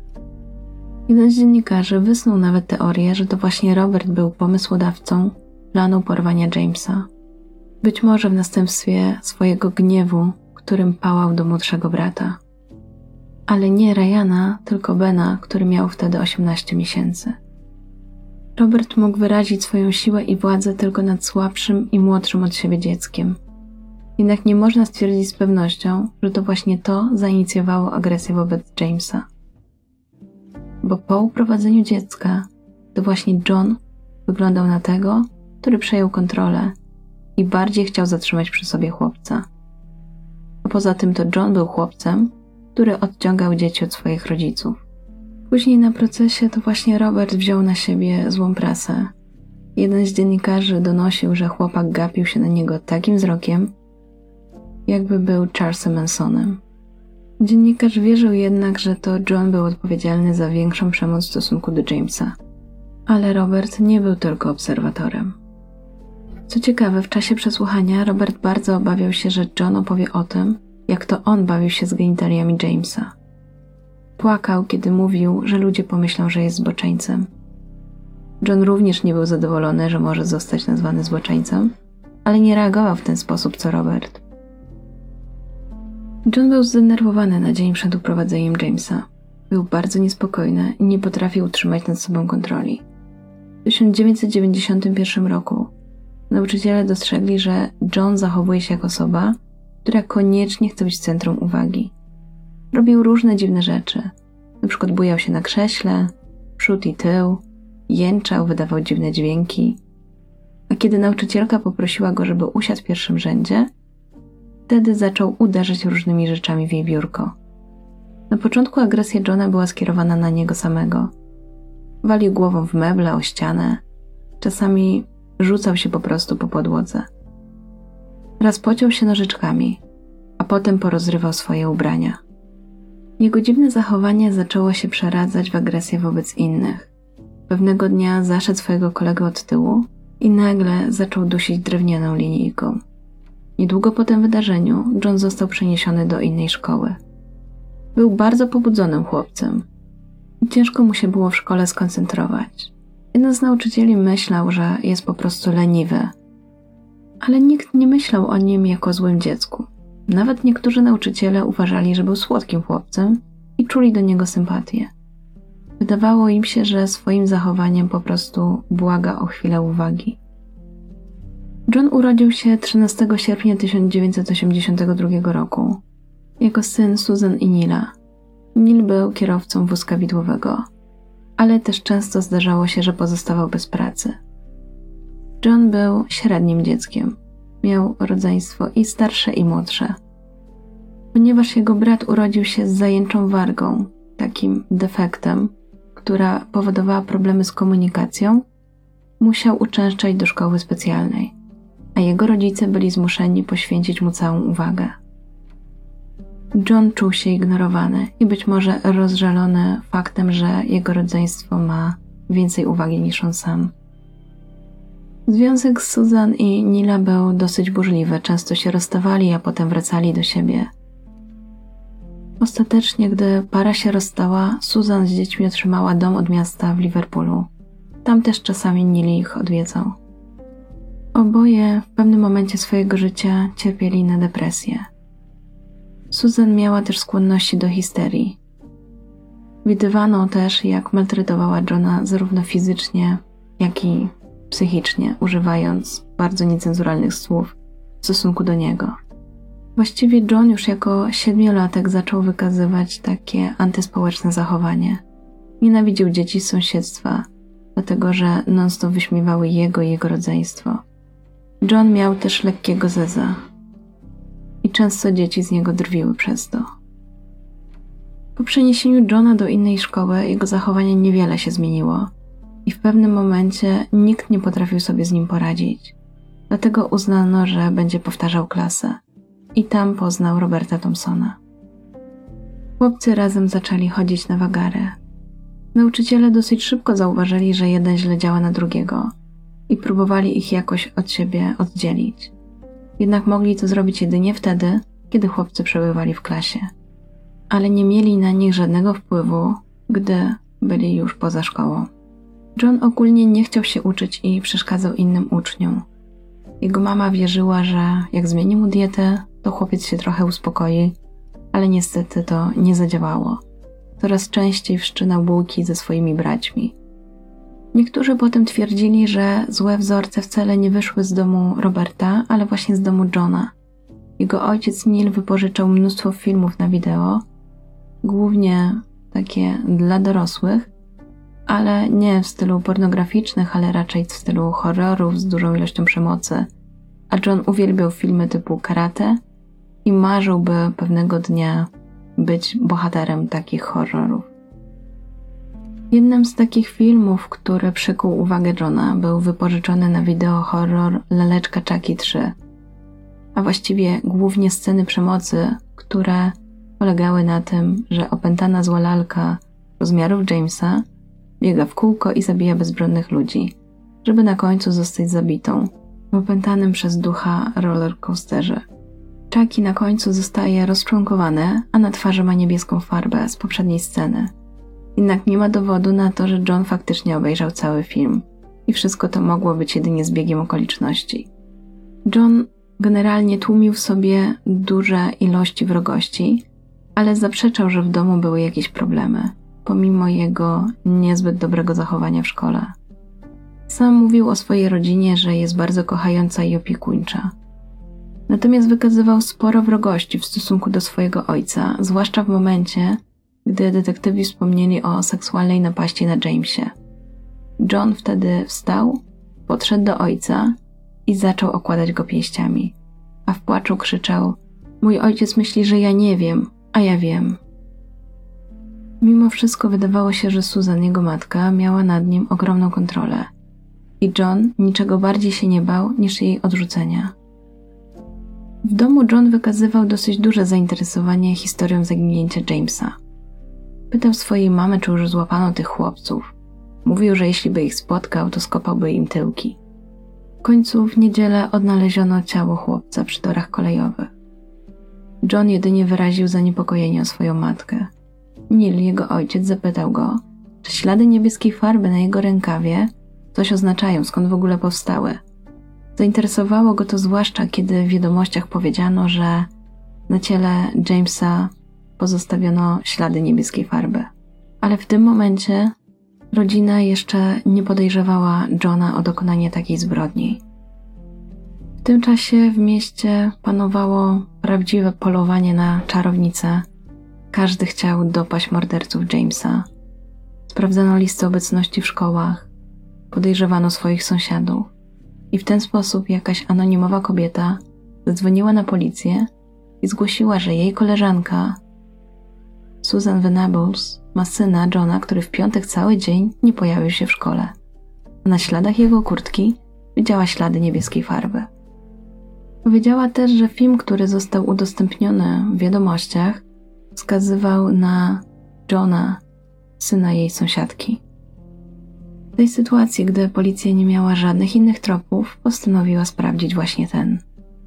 S1: Jeden z dziennikarzy wysnuł nawet teorię, że to właśnie Robert był pomysłodawcą planu porwania Jamesa. Być może w następstwie swojego gniewu, którym pałał do młodszego brata. Ale nie Ryana, tylko Bena, który miał wtedy 18 miesięcy. Robert mógł wyrazić swoją siłę i władzę tylko nad słabszym i młodszym od siebie dzieckiem. Jednak nie można stwierdzić z pewnością, że to właśnie to zainicjowało agresję wobec Jamesa. Bo po uprowadzeniu dziecka to właśnie John wyglądał na tego, który przejął kontrolę i bardziej chciał zatrzymać przy sobie chłopca. A poza tym to John był chłopcem, który odciągał dzieci od swoich rodziców. Później na procesie to właśnie Robert wziął na siebie złą prasę. Jeden z dziennikarzy donosił, że chłopak gapił się na niego takim wzrokiem, jakby był Charlesem Mansonem. Dziennikarz wierzył jednak, że to John był odpowiedzialny za większą przemoc w stosunku do Jamesa. Ale Robert nie był tylko obserwatorem. Co ciekawe, w czasie przesłuchania Robert bardzo obawiał się, że John opowie o tym, jak to on bawił się z genitaliami Jamesa. Płakał, kiedy mówił, że ludzie pomyślą, że jest zboczeńcem. John również nie był zadowolony, że może zostać nazwany zboczeńcem, ale nie reagował w ten sposób co Robert. John był zdenerwowany na dzień przed uprowadzeniem Jamesa. Był bardzo niespokojny i nie potrafił utrzymać nad sobą kontroli. W 1991 roku nauczyciele dostrzegli, że John zachowuje się jak osoba, która koniecznie chce być w centrum uwagi. Robił różne dziwne rzeczy. Na przykład bujał się na krześle, przód i tył, jęczał, wydawał dziwne dźwięki. A kiedy nauczycielka poprosiła go, żeby usiadł w pierwszym rzędzie, wtedy zaczął uderzać różnymi rzeczami w jej biurko. Na początku agresja Johna była skierowana na niego samego. Walił głową w meble, o ścianę. Czasami rzucał się po prostu po podłodze. Raz pociął się nożyczkami, a potem porozrywał swoje ubrania. Jego dziwne zachowanie zaczęło się przeradzać w agresję wobec innych. Pewnego dnia zaszedł swojego kolegę od tyłu i nagle zaczął dusić drewnianą linijką. Niedługo po tym wydarzeniu John został przeniesiony do innej szkoły. Był bardzo pobudzonym chłopcem i ciężko mu się było w szkole skoncentrować. Jeden z nauczycieli myślał, że jest po prostu leniwy, ale nikt nie myślał o nim jako o złym dziecku. Nawet niektórzy nauczyciele uważali, że był słodkim chłopcem i czuli do niego sympatię. Wydawało im się, że swoim zachowaniem po prostu błaga o chwilę uwagi. John urodził się 13 sierpnia 1982 roku jako syn Susan i Nila. Neil był kierowcą wózka widłowego, ale też często zdarzało się, że pozostawał bez pracy. John był średnim dzieckiem. Miał rodzeństwo i starsze, i młodsze. Ponieważ jego brat urodził się z zajęczą wargą, takim defektem, która powodowała problemy z komunikacją, musiał uczęszczać do szkoły specjalnej, a jego rodzice byli zmuszeni poświęcić mu całą uwagę. John czuł się ignorowany i być może rozżalony faktem, że jego rodzeństwo ma więcej uwagi niż on sam. Związek z Susan i Nila był dosyć burzliwy, często się rozstawali, a potem wracali do siebie. Ostatecznie, gdy para się rozstała, Susan z dziećmi otrzymała dom od miasta w Liverpoolu. Tam też czasami Neil ich odwiedzał. Oboje w pewnym momencie swojego życia cierpieli na depresję. Susan miała też skłonności do histerii. Widywano też, jak maltretowała Johna zarówno fizycznie, jak i psychicznie, używając bardzo niecenzuralnych słów w stosunku do niego. Właściwie John już jako 7-latek zaczął wykazywać takie antyspołeczne zachowanie. Nienawidził dzieci z sąsiedztwa, dlatego że non-stop wyśmiewały jego i jego rodzeństwo. John miał też lekkiego zeza i często dzieci z niego drwiły przez to. Po przeniesieniu Johna do innej szkoły jego zachowanie niewiele się zmieniło i w pewnym momencie nikt nie potrafił sobie z nim poradzić. Dlatego uznano, że będzie powtarzał klasę i tam poznał Roberta Thompsona. Chłopcy razem zaczęli chodzić na wagary. Nauczyciele dosyć szybko zauważyli, że jeden źle działa na drugiego i próbowali ich jakoś od siebie oddzielić. Jednak mogli to zrobić jedynie wtedy, kiedy chłopcy przebywali w klasie. Ale nie mieli na nich żadnego wpływu, gdy byli już poza szkołą. John ogólnie nie chciał się uczyć i przeszkadzał innym uczniom. Jego mama wierzyła, że jak zmieni mu dietę, to chłopiec się trochę uspokoi, ale niestety to nie zadziałało. Coraz częściej wszczynał bułki ze swoimi braćmi. Niektórzy potem twierdzili, że złe wzorce wcale nie wyszły z domu Roberta, ale właśnie z domu Johna. Jego ojciec Neil wypożyczał mnóstwo filmów na wideo, głównie takie dla dorosłych, ale nie w stylu pornograficznych, ale raczej w stylu horrorów z dużą ilością przemocy. A John uwielbiał filmy typu karate i marzył, by pewnego dnia być bohaterem takich horrorów. Jednym z takich filmów, który przykuł uwagę Johna, był wypożyczony na wideo horror Laleczka Chucky 3, a właściwie głównie sceny przemocy, które polegały na tym, że opętana zła lalka rozmiarów Jamesa biega w kółko i zabija bezbronnych ludzi, żeby na końcu zostać zabitą w opętanym przez ducha rollercoasterze. Chucky na końcu zostaje rozczłonkowany, a na twarzy ma niebieską farbę z poprzedniej sceny. Jednak nie ma dowodu na to, że John faktycznie obejrzał cały film i wszystko to mogło być jedynie zbiegiem okoliczności. John generalnie tłumił w sobie duże ilości wrogości, ale zaprzeczał, że w domu były jakieś problemy, pomimo jego niezbyt dobrego zachowania w szkole. Sam mówił o swojej rodzinie, że jest bardzo kochająca i opiekuńcza. Natomiast wykazywał sporo wrogości w stosunku do swojego ojca, zwłaszcza w momencie, gdy detektywi wspomnieli o seksualnej napaści na Jamesie. John wtedy wstał, podszedł do ojca i zaczął okładać go pięściami, a w płaczu krzyczał: „Mój ojciec myśli, że ja nie wiem, a ja wiem”. Mimo wszystko wydawało się, że Susan, jego matka, miała nad nim ogromną kontrolę i John niczego bardziej się nie bał niż jej odrzucenia. W domu John wykazywał dosyć duże zainteresowanie historią zaginięcia Jamesa. Pytał swojej mamy, czy już złapano tych chłopców. Mówił, że jeśli by ich spotkał, to skopałby im tyłki. W końcu w niedzielę odnaleziono ciało chłopca przy torach kolejowych. John jedynie wyraził zaniepokojenie o swoją matkę. Neil, jego ojciec, zapytał go, czy ślady niebieskiej farby na jego rękawie coś oznaczają, skąd w ogóle powstały. Zainteresowało go to zwłaszcza, kiedy w wiadomościach powiedziano, że na ciele Jamesa pozostawiono ślady niebieskiej farby. Ale w tym momencie rodzina jeszcze nie podejrzewała Johna o dokonanie takiej zbrodni. W tym czasie w mieście panowało prawdziwe polowanie na czarownice. Każdy chciał dopaść morderców Jamesa. Sprawdzano listę obecności w szkołach, podejrzewano swoich sąsiadów i w ten sposób jakaś anonimowa kobieta zadzwoniła na policję i zgłosiła, że jej koleżanka Susan Venables ma syna Johna, który w piątek cały dzień nie pojawił się w szkole, a na śladach jego kurtki widziała ślady niebieskiej farby. Powiedziała też, że film, który został udostępniony w wiadomościach, wskazywał na Johna, syna jej sąsiadki. W tej sytuacji, gdy policja nie miała żadnych innych tropów, postanowiła sprawdzić właśnie ten.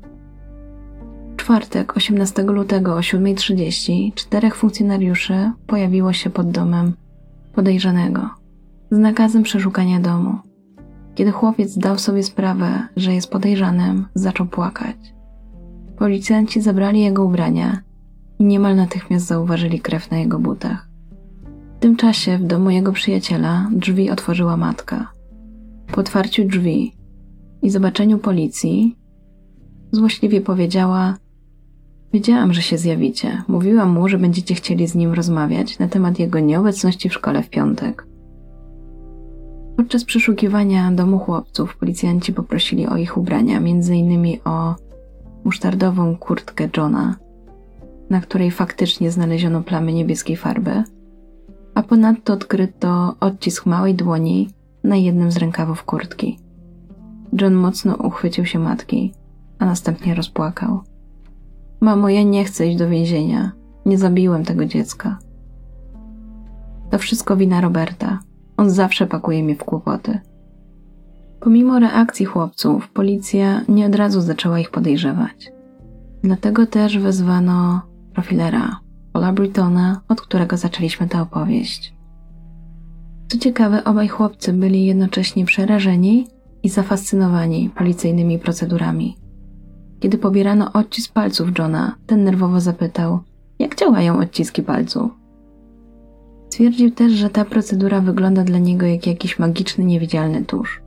S1: W czwartek, 18 lutego o 7:30 4 funkcjonariuszy pojawiło się pod domem podejrzanego z nakazem przeszukania domu. Kiedy chłopiec zdał sobie sprawę, że jest podejrzanym, zaczął płakać. Policjanci zabrali jego ubrania i niemal natychmiast zauważyli krew na jego butach. W tym czasie w domu jego przyjaciela drzwi otworzyła matka. Po otwarciu drzwi i zobaczeniu policji złośliwie powiedziała: „Wiedziałam, że się zjawicie. Mówiłam mu, że będziecie chcieli z nim rozmawiać na temat jego nieobecności w szkole w piątek”. Podczas przeszukiwania domu chłopców policjanci poprosili o ich ubrania, m.in. o musztardową kurtkę Johna, na której faktycznie znaleziono plamy niebieskiej farby, a ponadto odkryto odcisk małej dłoni na jednym z rękawów kurtki. John mocno uchwycił się matki, a następnie rozpłakał. „Mamo, ja nie chcę iść do więzienia. Nie zabiłem tego dziecka. To wszystko wina Roberta. On zawsze pakuje mnie w kłopoty”. Pomimo reakcji chłopców, policja nie od razu zaczęła ich podejrzewać. Dlatego też wezwano profilera, Paula Britona, od którego zaczęliśmy tę opowieść. Co ciekawe, obaj chłopcy byli jednocześnie przerażeni i zafascynowani policyjnymi procedurami. Kiedy pobierano odcisk palców Johna, ten nerwowo zapytał, jak działają odciski palców. Stwierdził też, że ta procedura wygląda dla niego jak jakiś magiczny, niewidzialny tusz.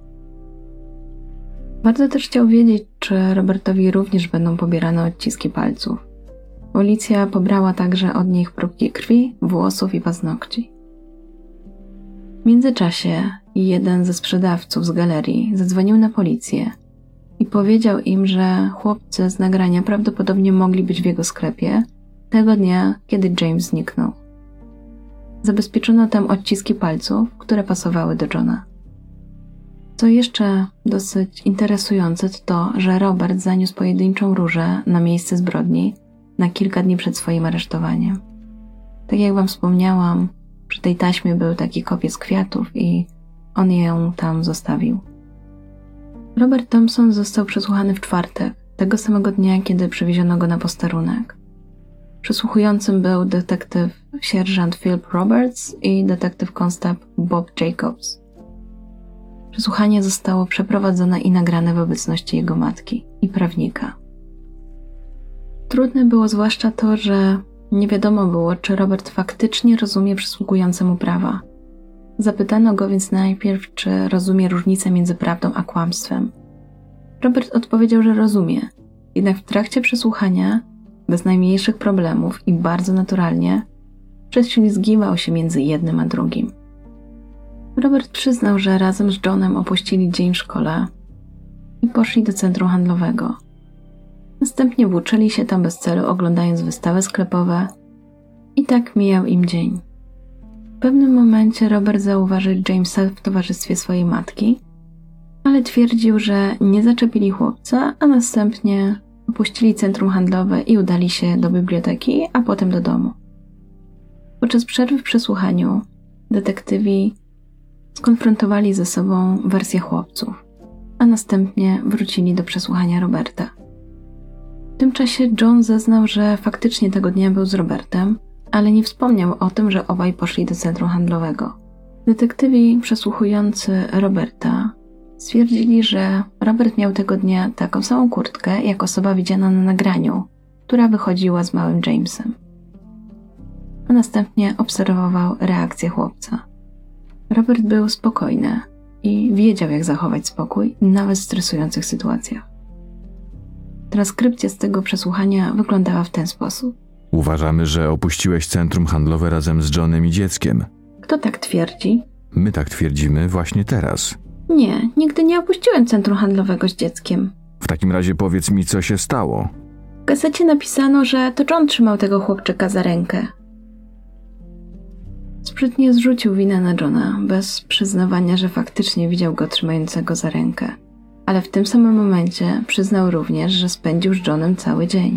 S1: Bardzo też chciał wiedzieć, czy Robertowi również będą pobierane odciski palców. Policja pobrała także od nich próbki krwi, włosów i paznokci. W międzyczasie jeden ze sprzedawców z galerii zadzwonił na policję i powiedział im, że chłopcy z nagrania prawdopodobnie mogli być w jego sklepie tego dnia, kiedy James zniknął. Zabezpieczono tam odciski palców, które pasowały do Johna. Co jeszcze dosyć interesujące to to, że Robert zaniósł pojedynczą różę na miejsce zbrodni na kilka dni przed swoim aresztowaniem. Tak jak wam wspomniałam, przy tej taśmie był taki kopiec kwiatów i on ją tam zostawił. Robert Thompson został przesłuchany w czwartek, tego samego dnia, kiedy przywieziono go na posterunek. Przesłuchującym był detektyw sierżant Philip Roberts i detektyw konstab Bob Jacobs. Przesłuchanie zostało przeprowadzone i nagrane w obecności jego matki i prawnika. Trudne było zwłaszcza to, że nie wiadomo było, czy Robert faktycznie rozumie przysługujące mu prawa. Zapytano go więc najpierw, czy rozumie różnicę między prawdą a kłamstwem. Robert odpowiedział, że rozumie, jednak w trakcie przesłuchania, bez najmniejszych problemów i bardzo naturalnie, prześlizgiwał się między jednym a drugim. Robert przyznał, że razem z Johnem opuścili dzień w szkole i poszli do centrum handlowego. Następnie włóczyli się tam bez celu, oglądając wystawy sklepowe i tak mijał im dzień. W pewnym momencie Robert zauważył Jamesa w towarzystwie swojej matki, ale twierdził, że nie zaczepili chłopca, a następnie opuścili centrum handlowe i udali się do biblioteki, a potem do domu. Podczas przerwy w przesłuchaniu detektywi skonfrontowali ze sobą wersję chłopców, a następnie wrócili do przesłuchania Roberta. W tym czasie John zeznał, że faktycznie tego dnia był z Robertem, ale nie wspomniał o tym, że obaj poszli do centrum handlowego. Detektywi przesłuchujący Roberta stwierdzili, że Robert miał tego dnia taką samą kurtkę, jak osoba widziana na nagraniu, która wychodziła z małym Jamesem. A następnie obserwował reakcję chłopca. Robert był spokojny i wiedział, jak zachować spokój nawet w stresujących sytuacjach. Transkrypcja z tego przesłuchania wyglądała w ten sposób.
S2: Uważamy, że opuściłeś centrum handlowe razem z Johnem i dzieckiem.
S1: Kto tak twierdzi?
S2: My tak twierdzimy właśnie teraz.
S1: Nie, nigdy nie opuściłem centrum handlowego z dzieckiem.
S2: W takim razie powiedz mi, co się stało.
S1: W gazecie napisano, że to John trzymał tego chłopczyka za rękę. Sprytnie zrzucił winę na Johna, bez przyznawania, że faktycznie widział go trzymającego za rękę. Ale w tym samym momencie przyznał również, że spędził z Johnem cały dzień.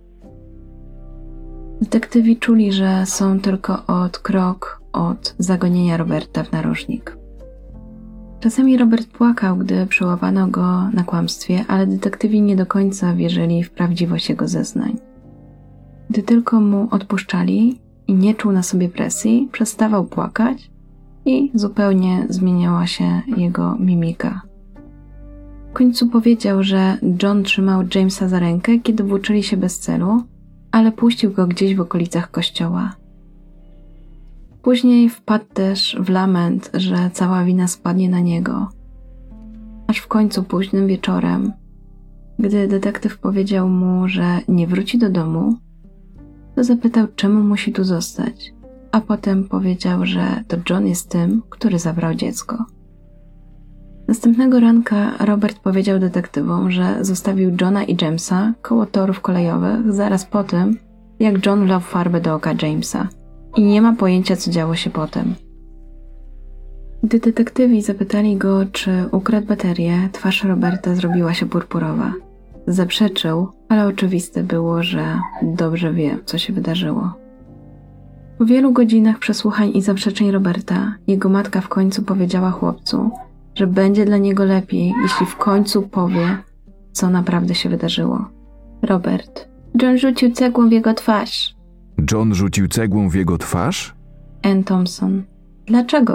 S1: Detektywi czuli, że są tylko krok od zagonienia Roberta w narożnik. Czasami Robert płakał, gdy przyłapano go na kłamstwie, ale detektywi nie do końca wierzyli w prawdziwość jego zeznań. Gdy tylko mu odpuszczali i nie czuł na sobie presji, przestawał płakać i zupełnie zmieniała się jego mimika. W końcu powiedział, że John trzymał Jamesa za rękę, kiedy włóczyli się bez celu, ale puścił go gdzieś w okolicach kościoła. Później wpadł też w lament, że cała wina spadnie na niego. Aż w końcu późnym wieczorem, gdy detektyw powiedział mu, że nie wróci do domu, to zapytał, czemu musi tu zostać, a potem powiedział, że to John jest tym, który zabrał dziecko. Następnego ranka Robert powiedział detektywom, że zostawił Johna i Jamesa koło torów kolejowych zaraz po tym, jak John wlał farbę do oka Jamesa i nie ma pojęcia, co działo się potem. Gdy detektywi zapytali go, czy ukradł baterię, twarz Roberta zrobiła się purpurowa. Zaprzeczył, ale oczywiste było, że dobrze wie, co się wydarzyło. Po wielu godzinach przesłuchań i zaprzeczeń Roberta, jego matka w końcu powiedziała chłopcu, że będzie dla niego lepiej, jeśli w końcu powie, co naprawdę się wydarzyło. Robert. John rzucił cegłą w jego twarz.
S2: John rzucił cegłą w jego twarz?
S1: Ann Thompson. Dlaczego?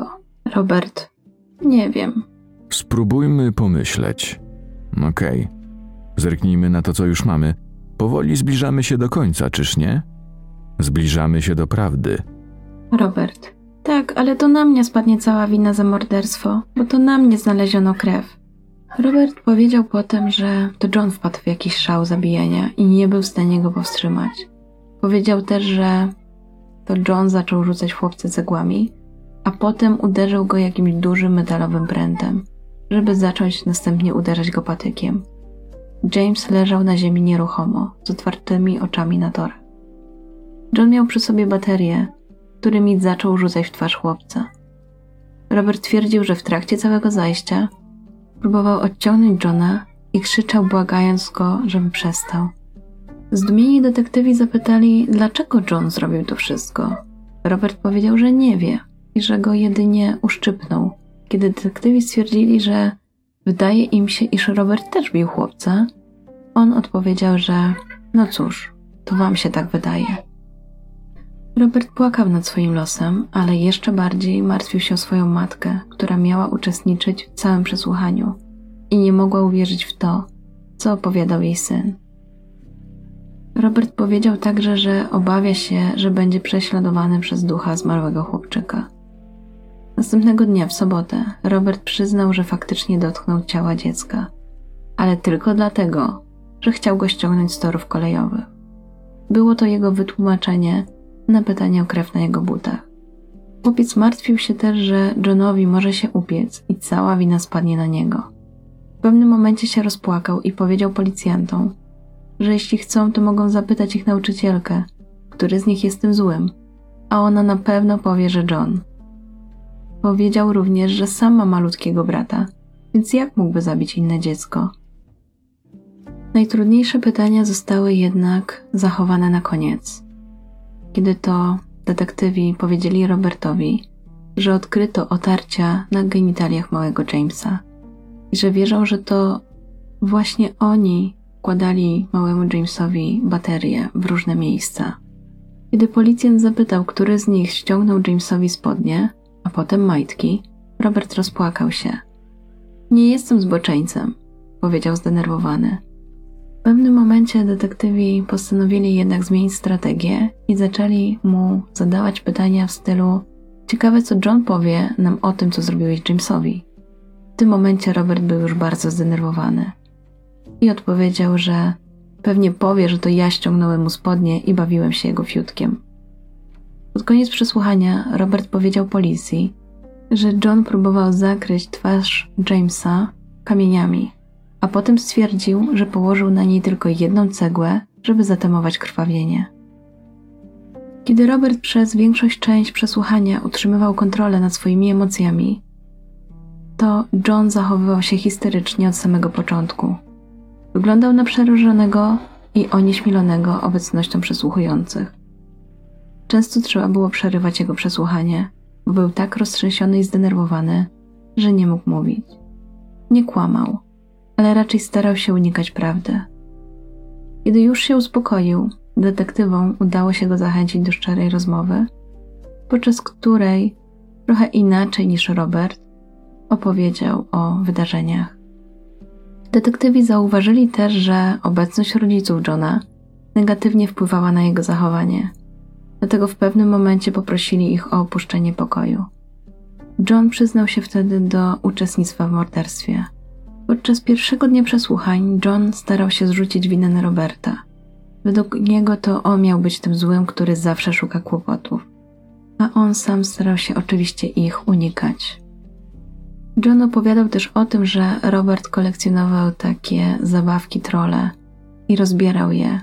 S1: Robert, nie wiem.
S2: Spróbujmy pomyśleć. Okej. Zerknijmy na to, co już mamy. Powoli zbliżamy się do końca, czyż nie? Zbliżamy się do prawdy.
S1: Robert, tak, ale to na mnie spadnie cała wina za morderstwo, bo to na mnie znaleziono krew. Robert powiedział potem, że to John wpadł w jakiś szał zabijania i nie był w stanie go powstrzymać. Powiedział też, że to John zaczął rzucać chłopca cegłami, a potem uderzył go jakimś dużym metalowym prętem, żeby zacząć następnie uderzać go patykiem. James leżał na ziemi nieruchomo, z otwartymi oczami na torach. John miał przy sobie baterie, którymi zaczął rzucać w twarz chłopca. Robert twierdził, że w trakcie całego zajścia próbował odciągnąć Johna i krzyczał, błagając go, żeby przestał. Zdumieni detektywi zapytali, dlaczego John zrobił to wszystko. Robert powiedział, że nie wie i że go jedynie uszczypnął. Kiedy detektywi stwierdzili, że wydaje im się, iż Robert też bił chłopca, on odpowiedział, że no cóż, to wam się tak wydaje. Robert płakał nad swoim losem, ale jeszcze bardziej martwił się o swoją matkę, która miała uczestniczyć w całym przesłuchaniu i nie mogła uwierzyć w to, co opowiadał jej syn. Robert powiedział także, że obawia się, że będzie prześladowany przez ducha zmarłego chłopczyka. Następnego dnia, w sobotę, Robert przyznał, że faktycznie dotknął ciała dziecka, ale tylko dlatego, że chciał go ściągnąć z torów kolejowych. Było to jego wytłumaczenie na pytanie o krew na jego butach. Chłopiec martwił się też, że Johnowi może się upiec i cała wina spadnie na niego. W pewnym momencie się rozpłakał i powiedział policjantom, że jeśli chcą, to mogą zapytać ich nauczycielkę, który z nich jest tym złym, a ona na pewno powie, że John. Powiedział również, że sam ma malutkiego brata, więc jak mógłby zabić inne dziecko? Najtrudniejsze pytania zostały jednak zachowane na koniec. Kiedy to detektywi powiedzieli Robertowi, że odkryto otarcia na genitaliach małego Jamesa i że wierzą, że to właśnie oni wkładali małemu Jamesowi baterie w różne miejsca. Kiedy policjant zapytał, który z nich ściągnął Jamesowi spodnie, a potem majtki, Robert rozpłakał się. Nie jestem zboczeńcem, powiedział zdenerwowany. W pewnym momencie detektywi postanowili jednak zmienić strategię i zaczęli mu zadawać pytania w stylu: ciekawe, co John powie nam o tym, co zrobiłeś Jamesowi. W tym momencie Robert był już bardzo zdenerwowany i odpowiedział, że pewnie powie, że to ja ściągnąłem mu spodnie i bawiłem się jego fiutkiem. Pod koniec przesłuchania Robert powiedział policji, że John próbował zakryć twarz Jamesa kamieniami, a potem stwierdził, że położył na niej tylko jedną cegłę, żeby zatamować krwawienie. Kiedy Robert przez część przesłuchania utrzymywał kontrolę nad swoimi emocjami, to John zachowywał się histerycznie od samego początku. Wyglądał na przerażonego i onieśmielonego obecnością przesłuchujących. Często trzeba było przerywać jego przesłuchanie, bo był tak roztrzęsiony i zdenerwowany, że nie mógł mówić. Nie kłamał, ale raczej starał się unikać prawdy. Kiedy już się uspokoił, detektywom udało się go zachęcić do szczerej rozmowy, podczas której trochę inaczej niż Robert opowiedział o wydarzeniach. Detektywi zauważyli też, że obecność rodziców Johna negatywnie wpływała na jego zachowanie. Dlatego w pewnym momencie poprosili ich o opuszczenie pokoju. John przyznał się wtedy do uczestnictwa w morderstwie. Podczas pierwszego dnia przesłuchań John starał się zrzucić winę na Roberta. Według niego to on miał być tym złym, który zawsze szuka kłopotów, a on sam starał się oczywiście ich unikać. John opowiadał też o tym, że Robert kolekcjonował takie zabawki trolle i rozbierał je.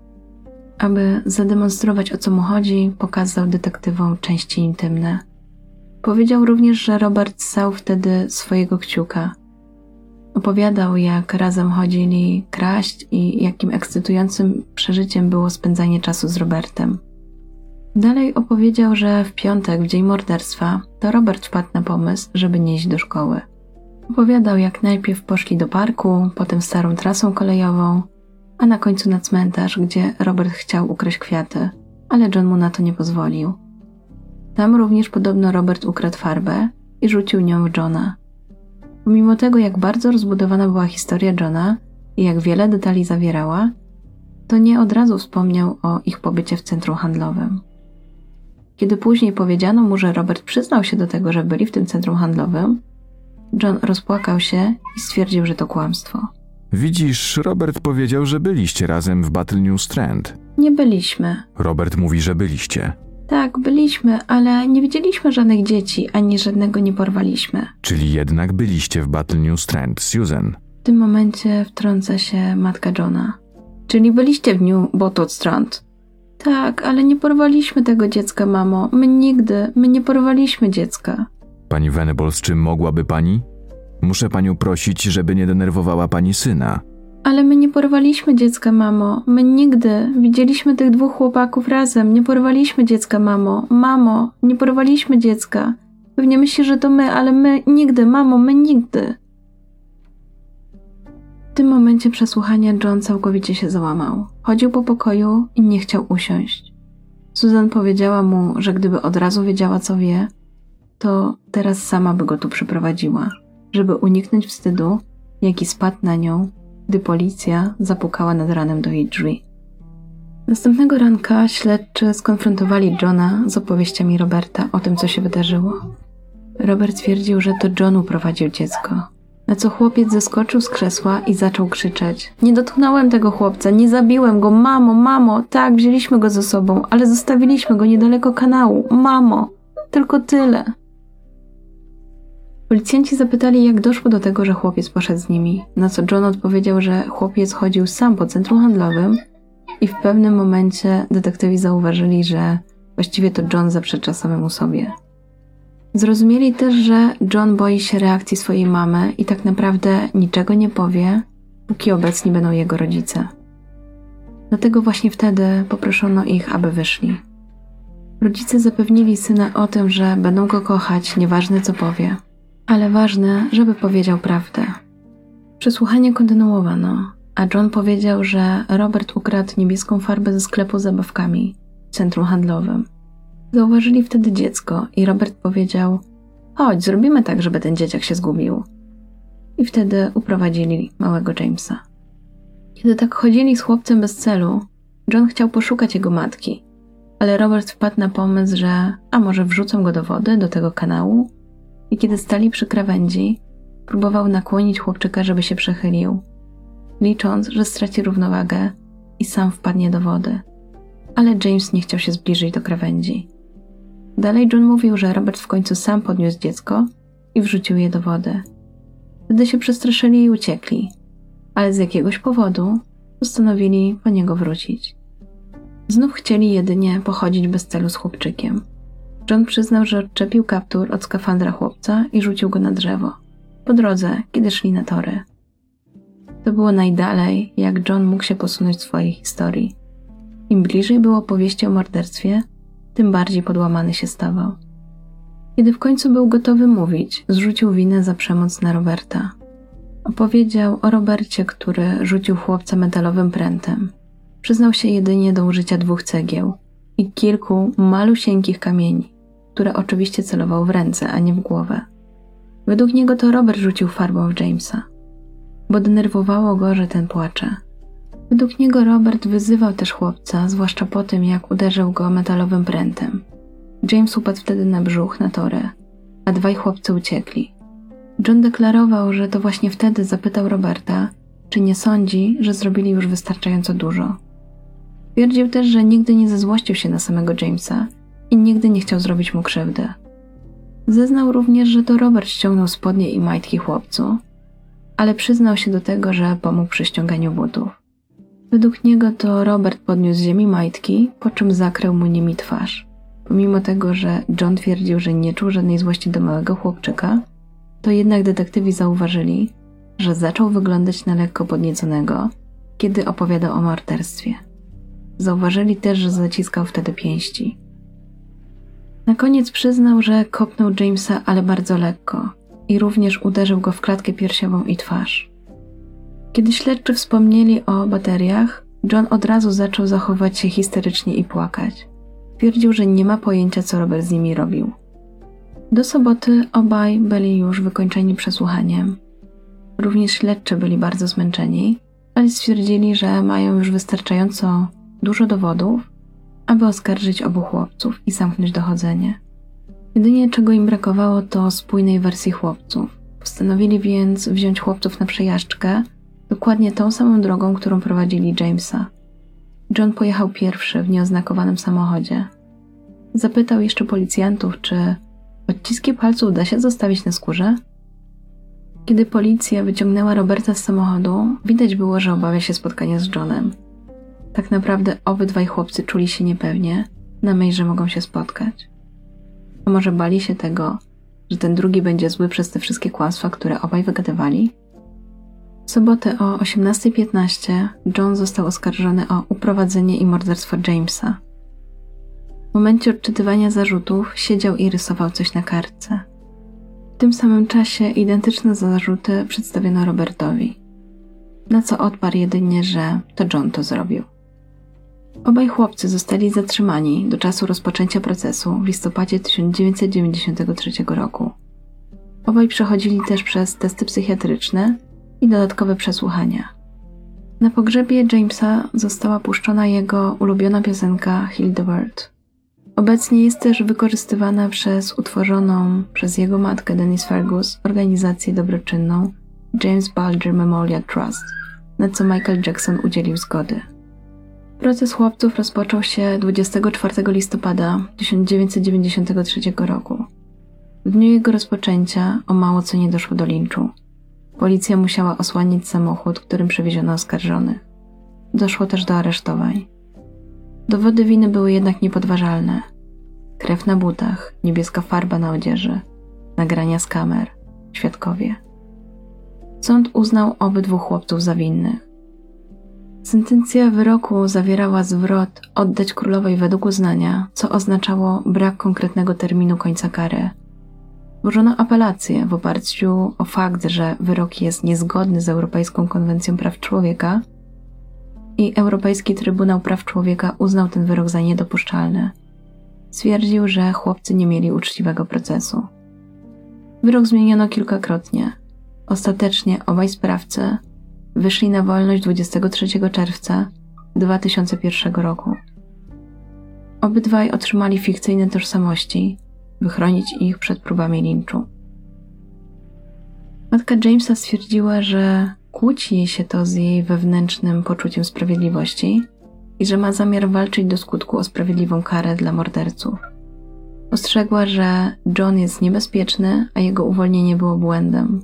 S1: Aby zademonstrować, o co mu chodzi, pokazał detektywom części intymne. Powiedział również, że Robert ssał wtedy swojego kciuka. Opowiadał, jak razem chodzili kraść i jakim ekscytującym przeżyciem było spędzanie czasu z Robertem. Dalej opowiedział, że w piątek, w dzień morderstwa, to Robert wpadł na pomysł, żeby nie iść do szkoły. Opowiadał, jak najpierw poszli do parku, potem starą trasą kolejową, a na końcu na cmentarz, gdzie Robert chciał ukraść kwiaty, ale John mu na to nie pozwolił. Tam również podobno Robert ukradł farbę i rzucił nią w Johna. Pomimo tego, jak bardzo rozbudowana była historia Johna i jak wiele detali zawierała, to nie od razu wspomniał o ich pobycie w centrum handlowym. Kiedy później powiedziano mu, że Robert przyznał się do tego, że byli w tym centrum handlowym, John rozpłakał się i stwierdził, że to kłamstwo.
S2: Widzisz, Robert powiedział, że byliście razem w Battle New Strand.
S1: Nie byliśmy.
S2: Robert mówi, że byliście.
S1: Tak, byliśmy, ale nie widzieliśmy żadnych dzieci, ani żadnego nie porwaliśmy.
S2: Czyli jednak byliście w Battle New Strand, Susan.
S1: W tym momencie wtrąca się matka Johna. Czyli byliście w New Battle Strand. Tak, ale nie porwaliśmy tego dziecka, mamo. My nie porwaliśmy dziecka.
S2: Pani Venables, czy mogłaby pani? Muszę panią prosić, żeby nie denerwowała pani syna.
S1: Ale my nie porwaliśmy dziecka, mamo. My nigdy. Widzieliśmy tych dwóch chłopaków razem. Nie porwaliśmy dziecka, mamo. Mamo, nie porwaliśmy dziecka. Pewnie myśli, że to my, ale my nigdy, mamo, my nigdy. W tym momencie przesłuchania John całkowicie się załamał. Chodził po pokoju i nie chciał usiąść. Susan powiedziała mu, że gdyby od razu wiedziała, co wie, to teraz sama by go tu przyprowadziła, żeby uniknąć wstydu, jaki spadł na nią, gdy policja zapukała nad ranem do jej drzwi. Następnego ranka śledczy skonfrontowali Johna z opowieściami Roberta o tym, co się wydarzyło. Robert twierdził, że to John uprowadził dziecko, na co chłopiec zeskoczył z krzesła i zaczął krzyczeć: nie dotknąłem tego chłopca, nie zabiłem go, mamo, mamo, tak, wzięliśmy go ze sobą, ale zostawiliśmy go niedaleko kanału, mamo, tylko tyle. Policjanci zapytali, jak doszło do tego, że chłopiec poszedł z nimi, na co John odpowiedział, że chłopiec chodził sam po centrum handlowym i w pewnym momencie detektywi zauważyli, że właściwie to John zaprzecza samemu sobie. Zrozumieli też, że John boi się reakcji swojej mamy i tak naprawdę niczego nie powie, póki obecni będą jego rodzice. Dlatego właśnie wtedy poproszono ich, aby wyszli. Rodzice zapewnili syna o tym, że będą go kochać, nieważne co powie, ale ważne, żeby powiedział prawdę. Przesłuchanie kontynuowano, a John powiedział, że Robert ukradł niebieską farbę ze sklepu z zabawkami w centrum handlowym. Zauważyli wtedy dziecko i Robert powiedział: chodź, zrobimy tak, żeby ten dzieciak się zgubił. I wtedy uprowadzili małego Jamesa. Kiedy tak chodzili z chłopcem bez celu, John chciał poszukać jego matki, ale Robert wpadł na pomysł, że a może wrzucą go do wody, do tego kanału? I kiedy stali przy krawędzi, próbował nakłonić chłopczyka, żeby się przechylił, licząc, że straci równowagę i sam wpadnie do wody. Ale James nie chciał się zbliżyć do krawędzi. Dalej John mówił, że Robert w końcu sam podniósł dziecko i wrzucił je do wody. Wtedy się przestraszyli i uciekli, ale z jakiegoś powodu postanowili po niego wrócić. Znów chcieli jedynie pochodzić bez celu z chłopczykiem. John przyznał, że odczepił kaptur od skafandra chłopca i rzucił go na drzewo, po drodze, kiedy szli na tory. To było najdalej, jak John mógł się posunąć w swojej historii. Im bliżej było opowieści o morderstwie, tym bardziej podłamany się stawał. Kiedy w końcu był gotowy mówić, zrzucił winę za przemoc na Roberta. Opowiedział o Robercie, który rzucił chłopca metalowym prętem. Przyznał się jedynie do użycia 2 cegieł i kilku malusieńkich kamieni, które oczywiście celował w ręce, a nie w głowę. Według niego to Robert rzucił farbą w Jamesa, bo denerwowało go, że ten płacze. Według niego Robert wyzywał też chłopca, zwłaszcza po tym, jak uderzył go metalowym prętem. James upadł wtedy na brzuch na torę, a 2 chłopcy uciekli. John deklarował, że to właśnie wtedy zapytał Roberta, czy nie sądzi, że zrobili już wystarczająco dużo. Twierdził też, że nigdy nie zezłościł się na samego Jamesa i nigdy nie chciał zrobić mu krzywdy. Zeznał również, że to Robert ściągnął spodnie i majtki chłopcu, ale przyznał się do tego, że pomógł przy ściąganiu butów. Według niego to Robert podniósł z ziemi majtki, po czym zakrył mu nimi twarz. Pomimo tego, że John twierdził, że nie czuł żadnej złości do małego chłopczyka, to jednak detektywi zauważyli, że zaczął wyglądać na lekko podnieconego, kiedy opowiadał o morderstwie. Zauważyli też, że zaciskał wtedy pięści. Na koniec przyznał, że kopnął Jamesa, ale bardzo lekko i również uderzył go w klatkę piersiową i twarz. Kiedy śledczy wspomnieli o bateriach, John od razu zaczął zachowywać się histerycznie i płakać. Twierdził, że nie ma pojęcia, co Robert z nimi robił. Do soboty obaj byli już wykończeni przesłuchaniem. Również śledczy byli bardzo zmęczeni, ale stwierdzili, że mają już wystarczająco dużo dowodów, aby oskarżyć obu chłopców i zamknąć dochodzenie. Jedynie czego im brakowało, to spójnej wersji chłopców. Postanowili więc wziąć chłopców na przejażdżkę dokładnie tą samą drogą, którą prowadzili Jamesa. John pojechał pierwszy w nieoznakowanym samochodzie. Zapytał jeszcze policjantów, czy odciski palców da się zostawić na skórze? Kiedy policja wyciągnęła Roberta z samochodu, widać było, że obawia się spotkania z Johnem. Tak naprawdę obydwaj chłopcy czuli się niepewnie na myśl, że mogą się spotkać. A może bali się tego, że ten drugi będzie zły przez te wszystkie kłamstwa, które obaj wygadywali? W sobotę o 18:15 John został oskarżony o uprowadzenie i morderstwo Jamesa. W momencie odczytywania zarzutów siedział i rysował coś na kartce. W tym samym czasie identyczne zarzuty przedstawiono Robertowi, na co odparł jedynie, że to John to zrobił. Obaj chłopcy zostali zatrzymani do czasu rozpoczęcia procesu w listopadzie 1993 roku. Obaj przechodzili też przez testy psychiatryczne i dodatkowe przesłuchania. Na pogrzebie Jamesa została puszczona jego ulubiona piosenka Heal the World. Obecnie jest też wykorzystywana przez utworzoną przez jego matkę Denise Fergus organizację dobroczynną James Bulger Memorial Trust, na co Michael Jackson udzielił zgody. Proces chłopców rozpoczął się 24 listopada 1993 roku. W dniu jego rozpoczęcia o mało co nie doszło do linczu. Policja musiała osłaniać samochód, którym przewieziono oskarżonych. Doszło też do aresztowań. Dowody winy były jednak niepodważalne. Krew na butach, niebieska farba na odzieży, nagrania z kamer, świadkowie. Sąd uznał obydwu chłopców za winnych. Sentencja wyroku zawierała zwrot oddać królowej według uznania, co oznaczało brak konkretnego terminu końca kary. Złożono apelację w oparciu o fakt, że wyrok jest niezgodny z Europejską Konwencją Praw Człowieka i Europejski Trybunał Praw Człowieka uznał ten wyrok za niedopuszczalny. Stwierdził, że chłopcy nie mieli uczciwego procesu. Wyrok zmieniono kilkakrotnie. Ostatecznie obaj sprawcy wyszli na wolność 23 czerwca 2001 roku. Obydwaj otrzymali fikcyjne tożsamości, by chronić ich przed próbami linczu. Matka Jamesa stwierdziła, że kłóci jej się to z jej wewnętrznym poczuciem sprawiedliwości i że ma zamiar walczyć do skutku o sprawiedliwą karę dla morderców. Ostrzegła, że John jest niebezpieczny, a jego uwolnienie było błędem.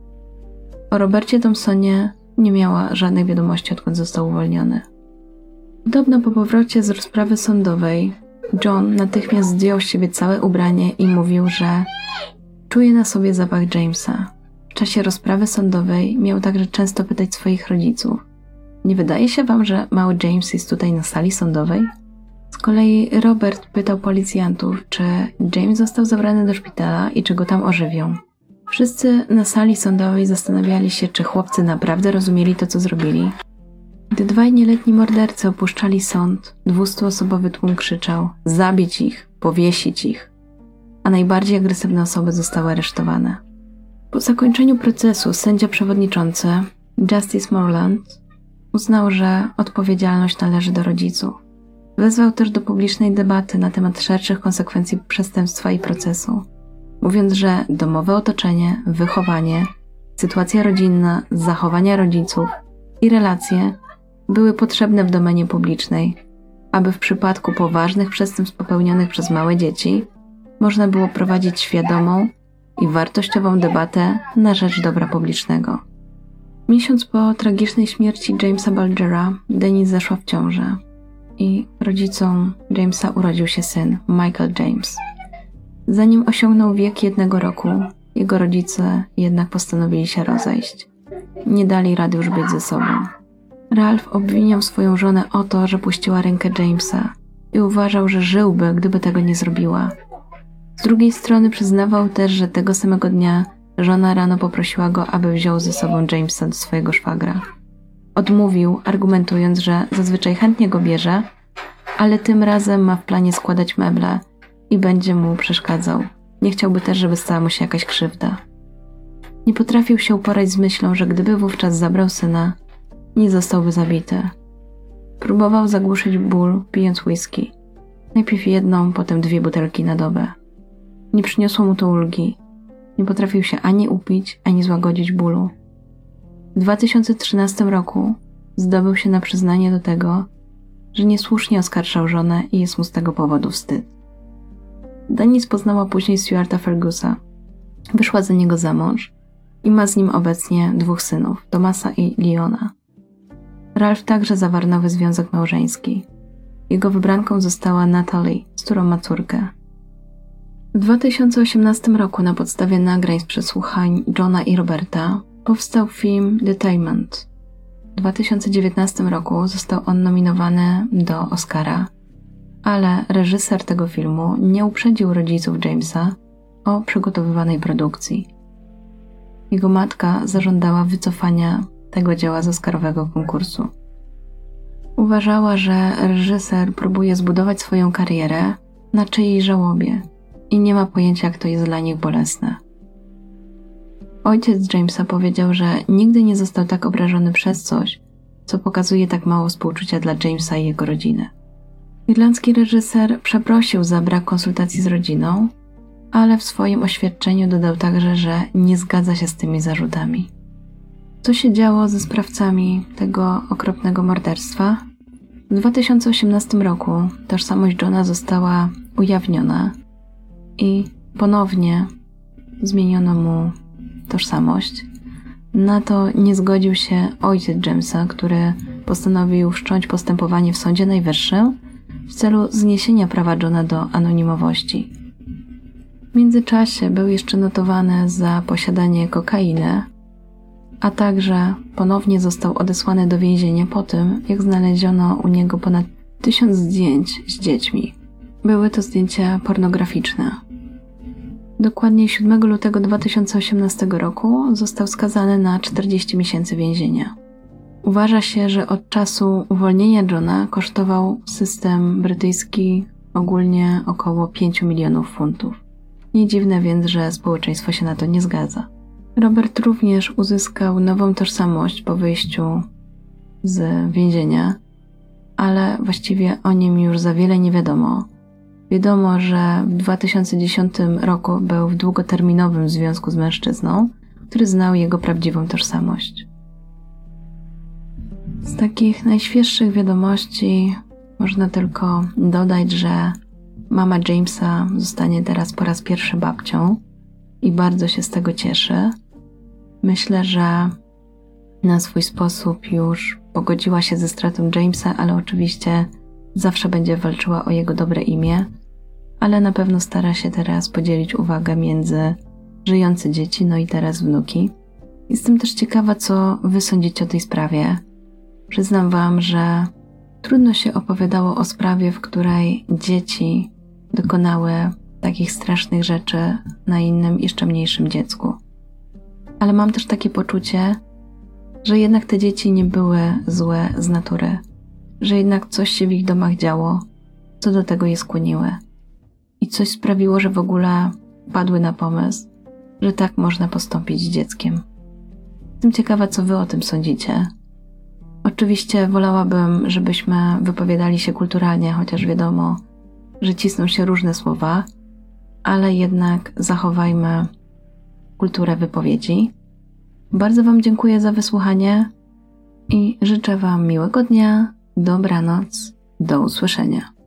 S1: O Robercie Thompsonie nie miała żadnej wiadomości, odkąd został uwolniony. Podobno po powrocie z rozprawy sądowej John natychmiast zdjął z siebie całe ubranie i mówił, że czuje na sobie zapach Jamesa. W czasie rozprawy sądowej miał także często pytać swoich rodziców: nie wydaje się wam, że mały James jest tutaj na sali sądowej? Z kolei Robert pytał policjantów, czy James został zabrany do szpitala i czy go tam ożywią. Wszyscy na sali sądowej zastanawiali się, czy chłopcy naprawdę rozumieli to, co zrobili. Gdy dwaj nieletni mordercy opuszczali sąd, 200-osobowy tłum krzyczał: zabić ich, powiesić ich, a najbardziej agresywne osoby zostały aresztowane. Po zakończeniu procesu sędzia przewodniczący Justice Moreland uznał, że odpowiedzialność należy do rodziców. Wezwał też do publicznej debaty na temat szerszych konsekwencji przestępstwa i procesu, mówiąc, że domowe otoczenie, wychowanie, sytuacja rodzinna, zachowania rodziców i relacje były potrzebne w domenie publicznej, aby w przypadku poważnych przestępstw popełnionych przez małe dzieci można było prowadzić świadomą i wartościową debatę na rzecz dobra publicznego. Miesiąc po tragicznej śmierci Jamesa Bulgera, Denise zaszła w ciążę i rodzicom Jamesa urodził się syn, Michael James. Zanim osiągnął wiek 1 roku, jego rodzice jednak postanowili się rozejść. Nie dali rady już być ze sobą. Ralph obwiniał swoją żonę o to, że puściła rękę Jamesa i uważał, że żyłby, gdyby tego nie zrobiła. Z drugiej strony przyznawał też, że tego samego dnia żona rano poprosiła go, aby wziął ze sobą Jamesa do swojego szwagra. Odmówił, argumentując, że zazwyczaj chętnie go bierze, ale tym razem ma w planie składać meble i będzie mu przeszkadzał. Nie chciałby też, żeby stała mu się jakaś krzywda. Nie potrafił się uporać z myślą, że gdyby wówczas zabrał syna, nie zostałby zabity. Próbował zagłuszyć ból, pijąc whisky. Najpierw jedną, potem 2 butelki na dobę. Nie przyniosło mu to ulgi. Nie potrafił się ani upić, ani złagodzić bólu. W 2013 roku zdobył się na przyznanie do tego, że niesłusznie oskarżał żonę i jest mu z tego powodu wstyd. Denise poznała później Stuarta Fergusa. Wyszła za niego za mąż i ma z nim obecnie 2 synów, Thomasa i Leona. Ralph także zawarł nowy związek małżeński. Jego wybranką została Natalie, z którą ma córkę. W 2018 roku na podstawie nagrań z przesłuchań Johna i Roberta powstał film Detainment. W 2019 roku został on nominowany do Oscara, ale reżyser tego filmu nie uprzedził rodziców Jamesa o przygotowywanej produkcji. Jego matka zażądała wycofania tego dzieła z oscarowego konkursu. Uważała, że reżyser próbuje zbudować swoją karierę na czyjej żałobie i nie ma pojęcia, jak to jest dla nich bolesne. Ojciec Jamesa powiedział, że nigdy nie został tak obrażony przez coś, co pokazuje tak mało współczucia dla Jamesa i jego rodziny. Irlandzki reżyser przeprosił za brak konsultacji z rodziną, ale w swoim oświadczeniu dodał także, że nie zgadza się z tymi zarzutami. Co się działo ze sprawcami tego okropnego morderstwa? W 2018 roku tożsamość Johna została ujawniona i ponownie zmieniono mu tożsamość. Na to nie zgodził się ojciec Jamesa, który postanowił wszcząć postępowanie w Sądzie Najwyższym w celu zniesienia prawa Johna do anonimowości. W międzyczasie był jeszcze notowany za posiadanie kokainy, a także ponownie został odesłany do więzienia po tym, jak znaleziono u niego ponad 1000 zdjęć z dziećmi. Były to zdjęcia pornograficzne. Dokładnie 7 lutego 2018 roku został skazany na 40 miesięcy więzienia. Uważa się, że od czasu uwolnienia Johna kosztował system brytyjski ogólnie około 5 milionów funtów. Nie dziwne więc, że społeczeństwo się na to nie zgadza. Robert również uzyskał nową tożsamość po wyjściu z więzienia, ale właściwie o nim już za wiele nie wiadomo. Wiadomo, że w 2010 roku był w długoterminowym związku z mężczyzną, który znał jego prawdziwą tożsamość. Z takich najświeższych wiadomości można tylko dodać, że mama Jamesa zostanie teraz po raz pierwszy babcią i bardzo się z tego cieszy. Myślę, że na swój sposób już pogodziła się ze stratą Jamesa, ale oczywiście zawsze będzie walczyła o jego dobre imię, ale na pewno stara się teraz podzielić uwagę między żyjące dzieci, no i teraz wnuki. Jestem też ciekawa, co wy sądzicie o tej sprawie. Przyznam wam, że trudno się opowiadało o sprawie, w której dzieci dokonały takich strasznych rzeczy na innym, jeszcze mniejszym dziecku. Ale mam też takie poczucie, że jednak te dzieci nie były złe z natury, że jednak coś się w ich domach działo, co do tego je skłoniły. I coś sprawiło, że w ogóle padły na pomysł, że tak można postąpić z dzieckiem. Jestem ciekawa, co wy o tym sądzicie. Oczywiście wolałabym, żebyśmy wypowiadali się kulturalnie, chociaż wiadomo, że cisną się różne słowa, ale jednak zachowajmy kulturę wypowiedzi. Bardzo wam dziękuję za wysłuchanie i życzę wam miłego dnia, dobranoc, do usłyszenia.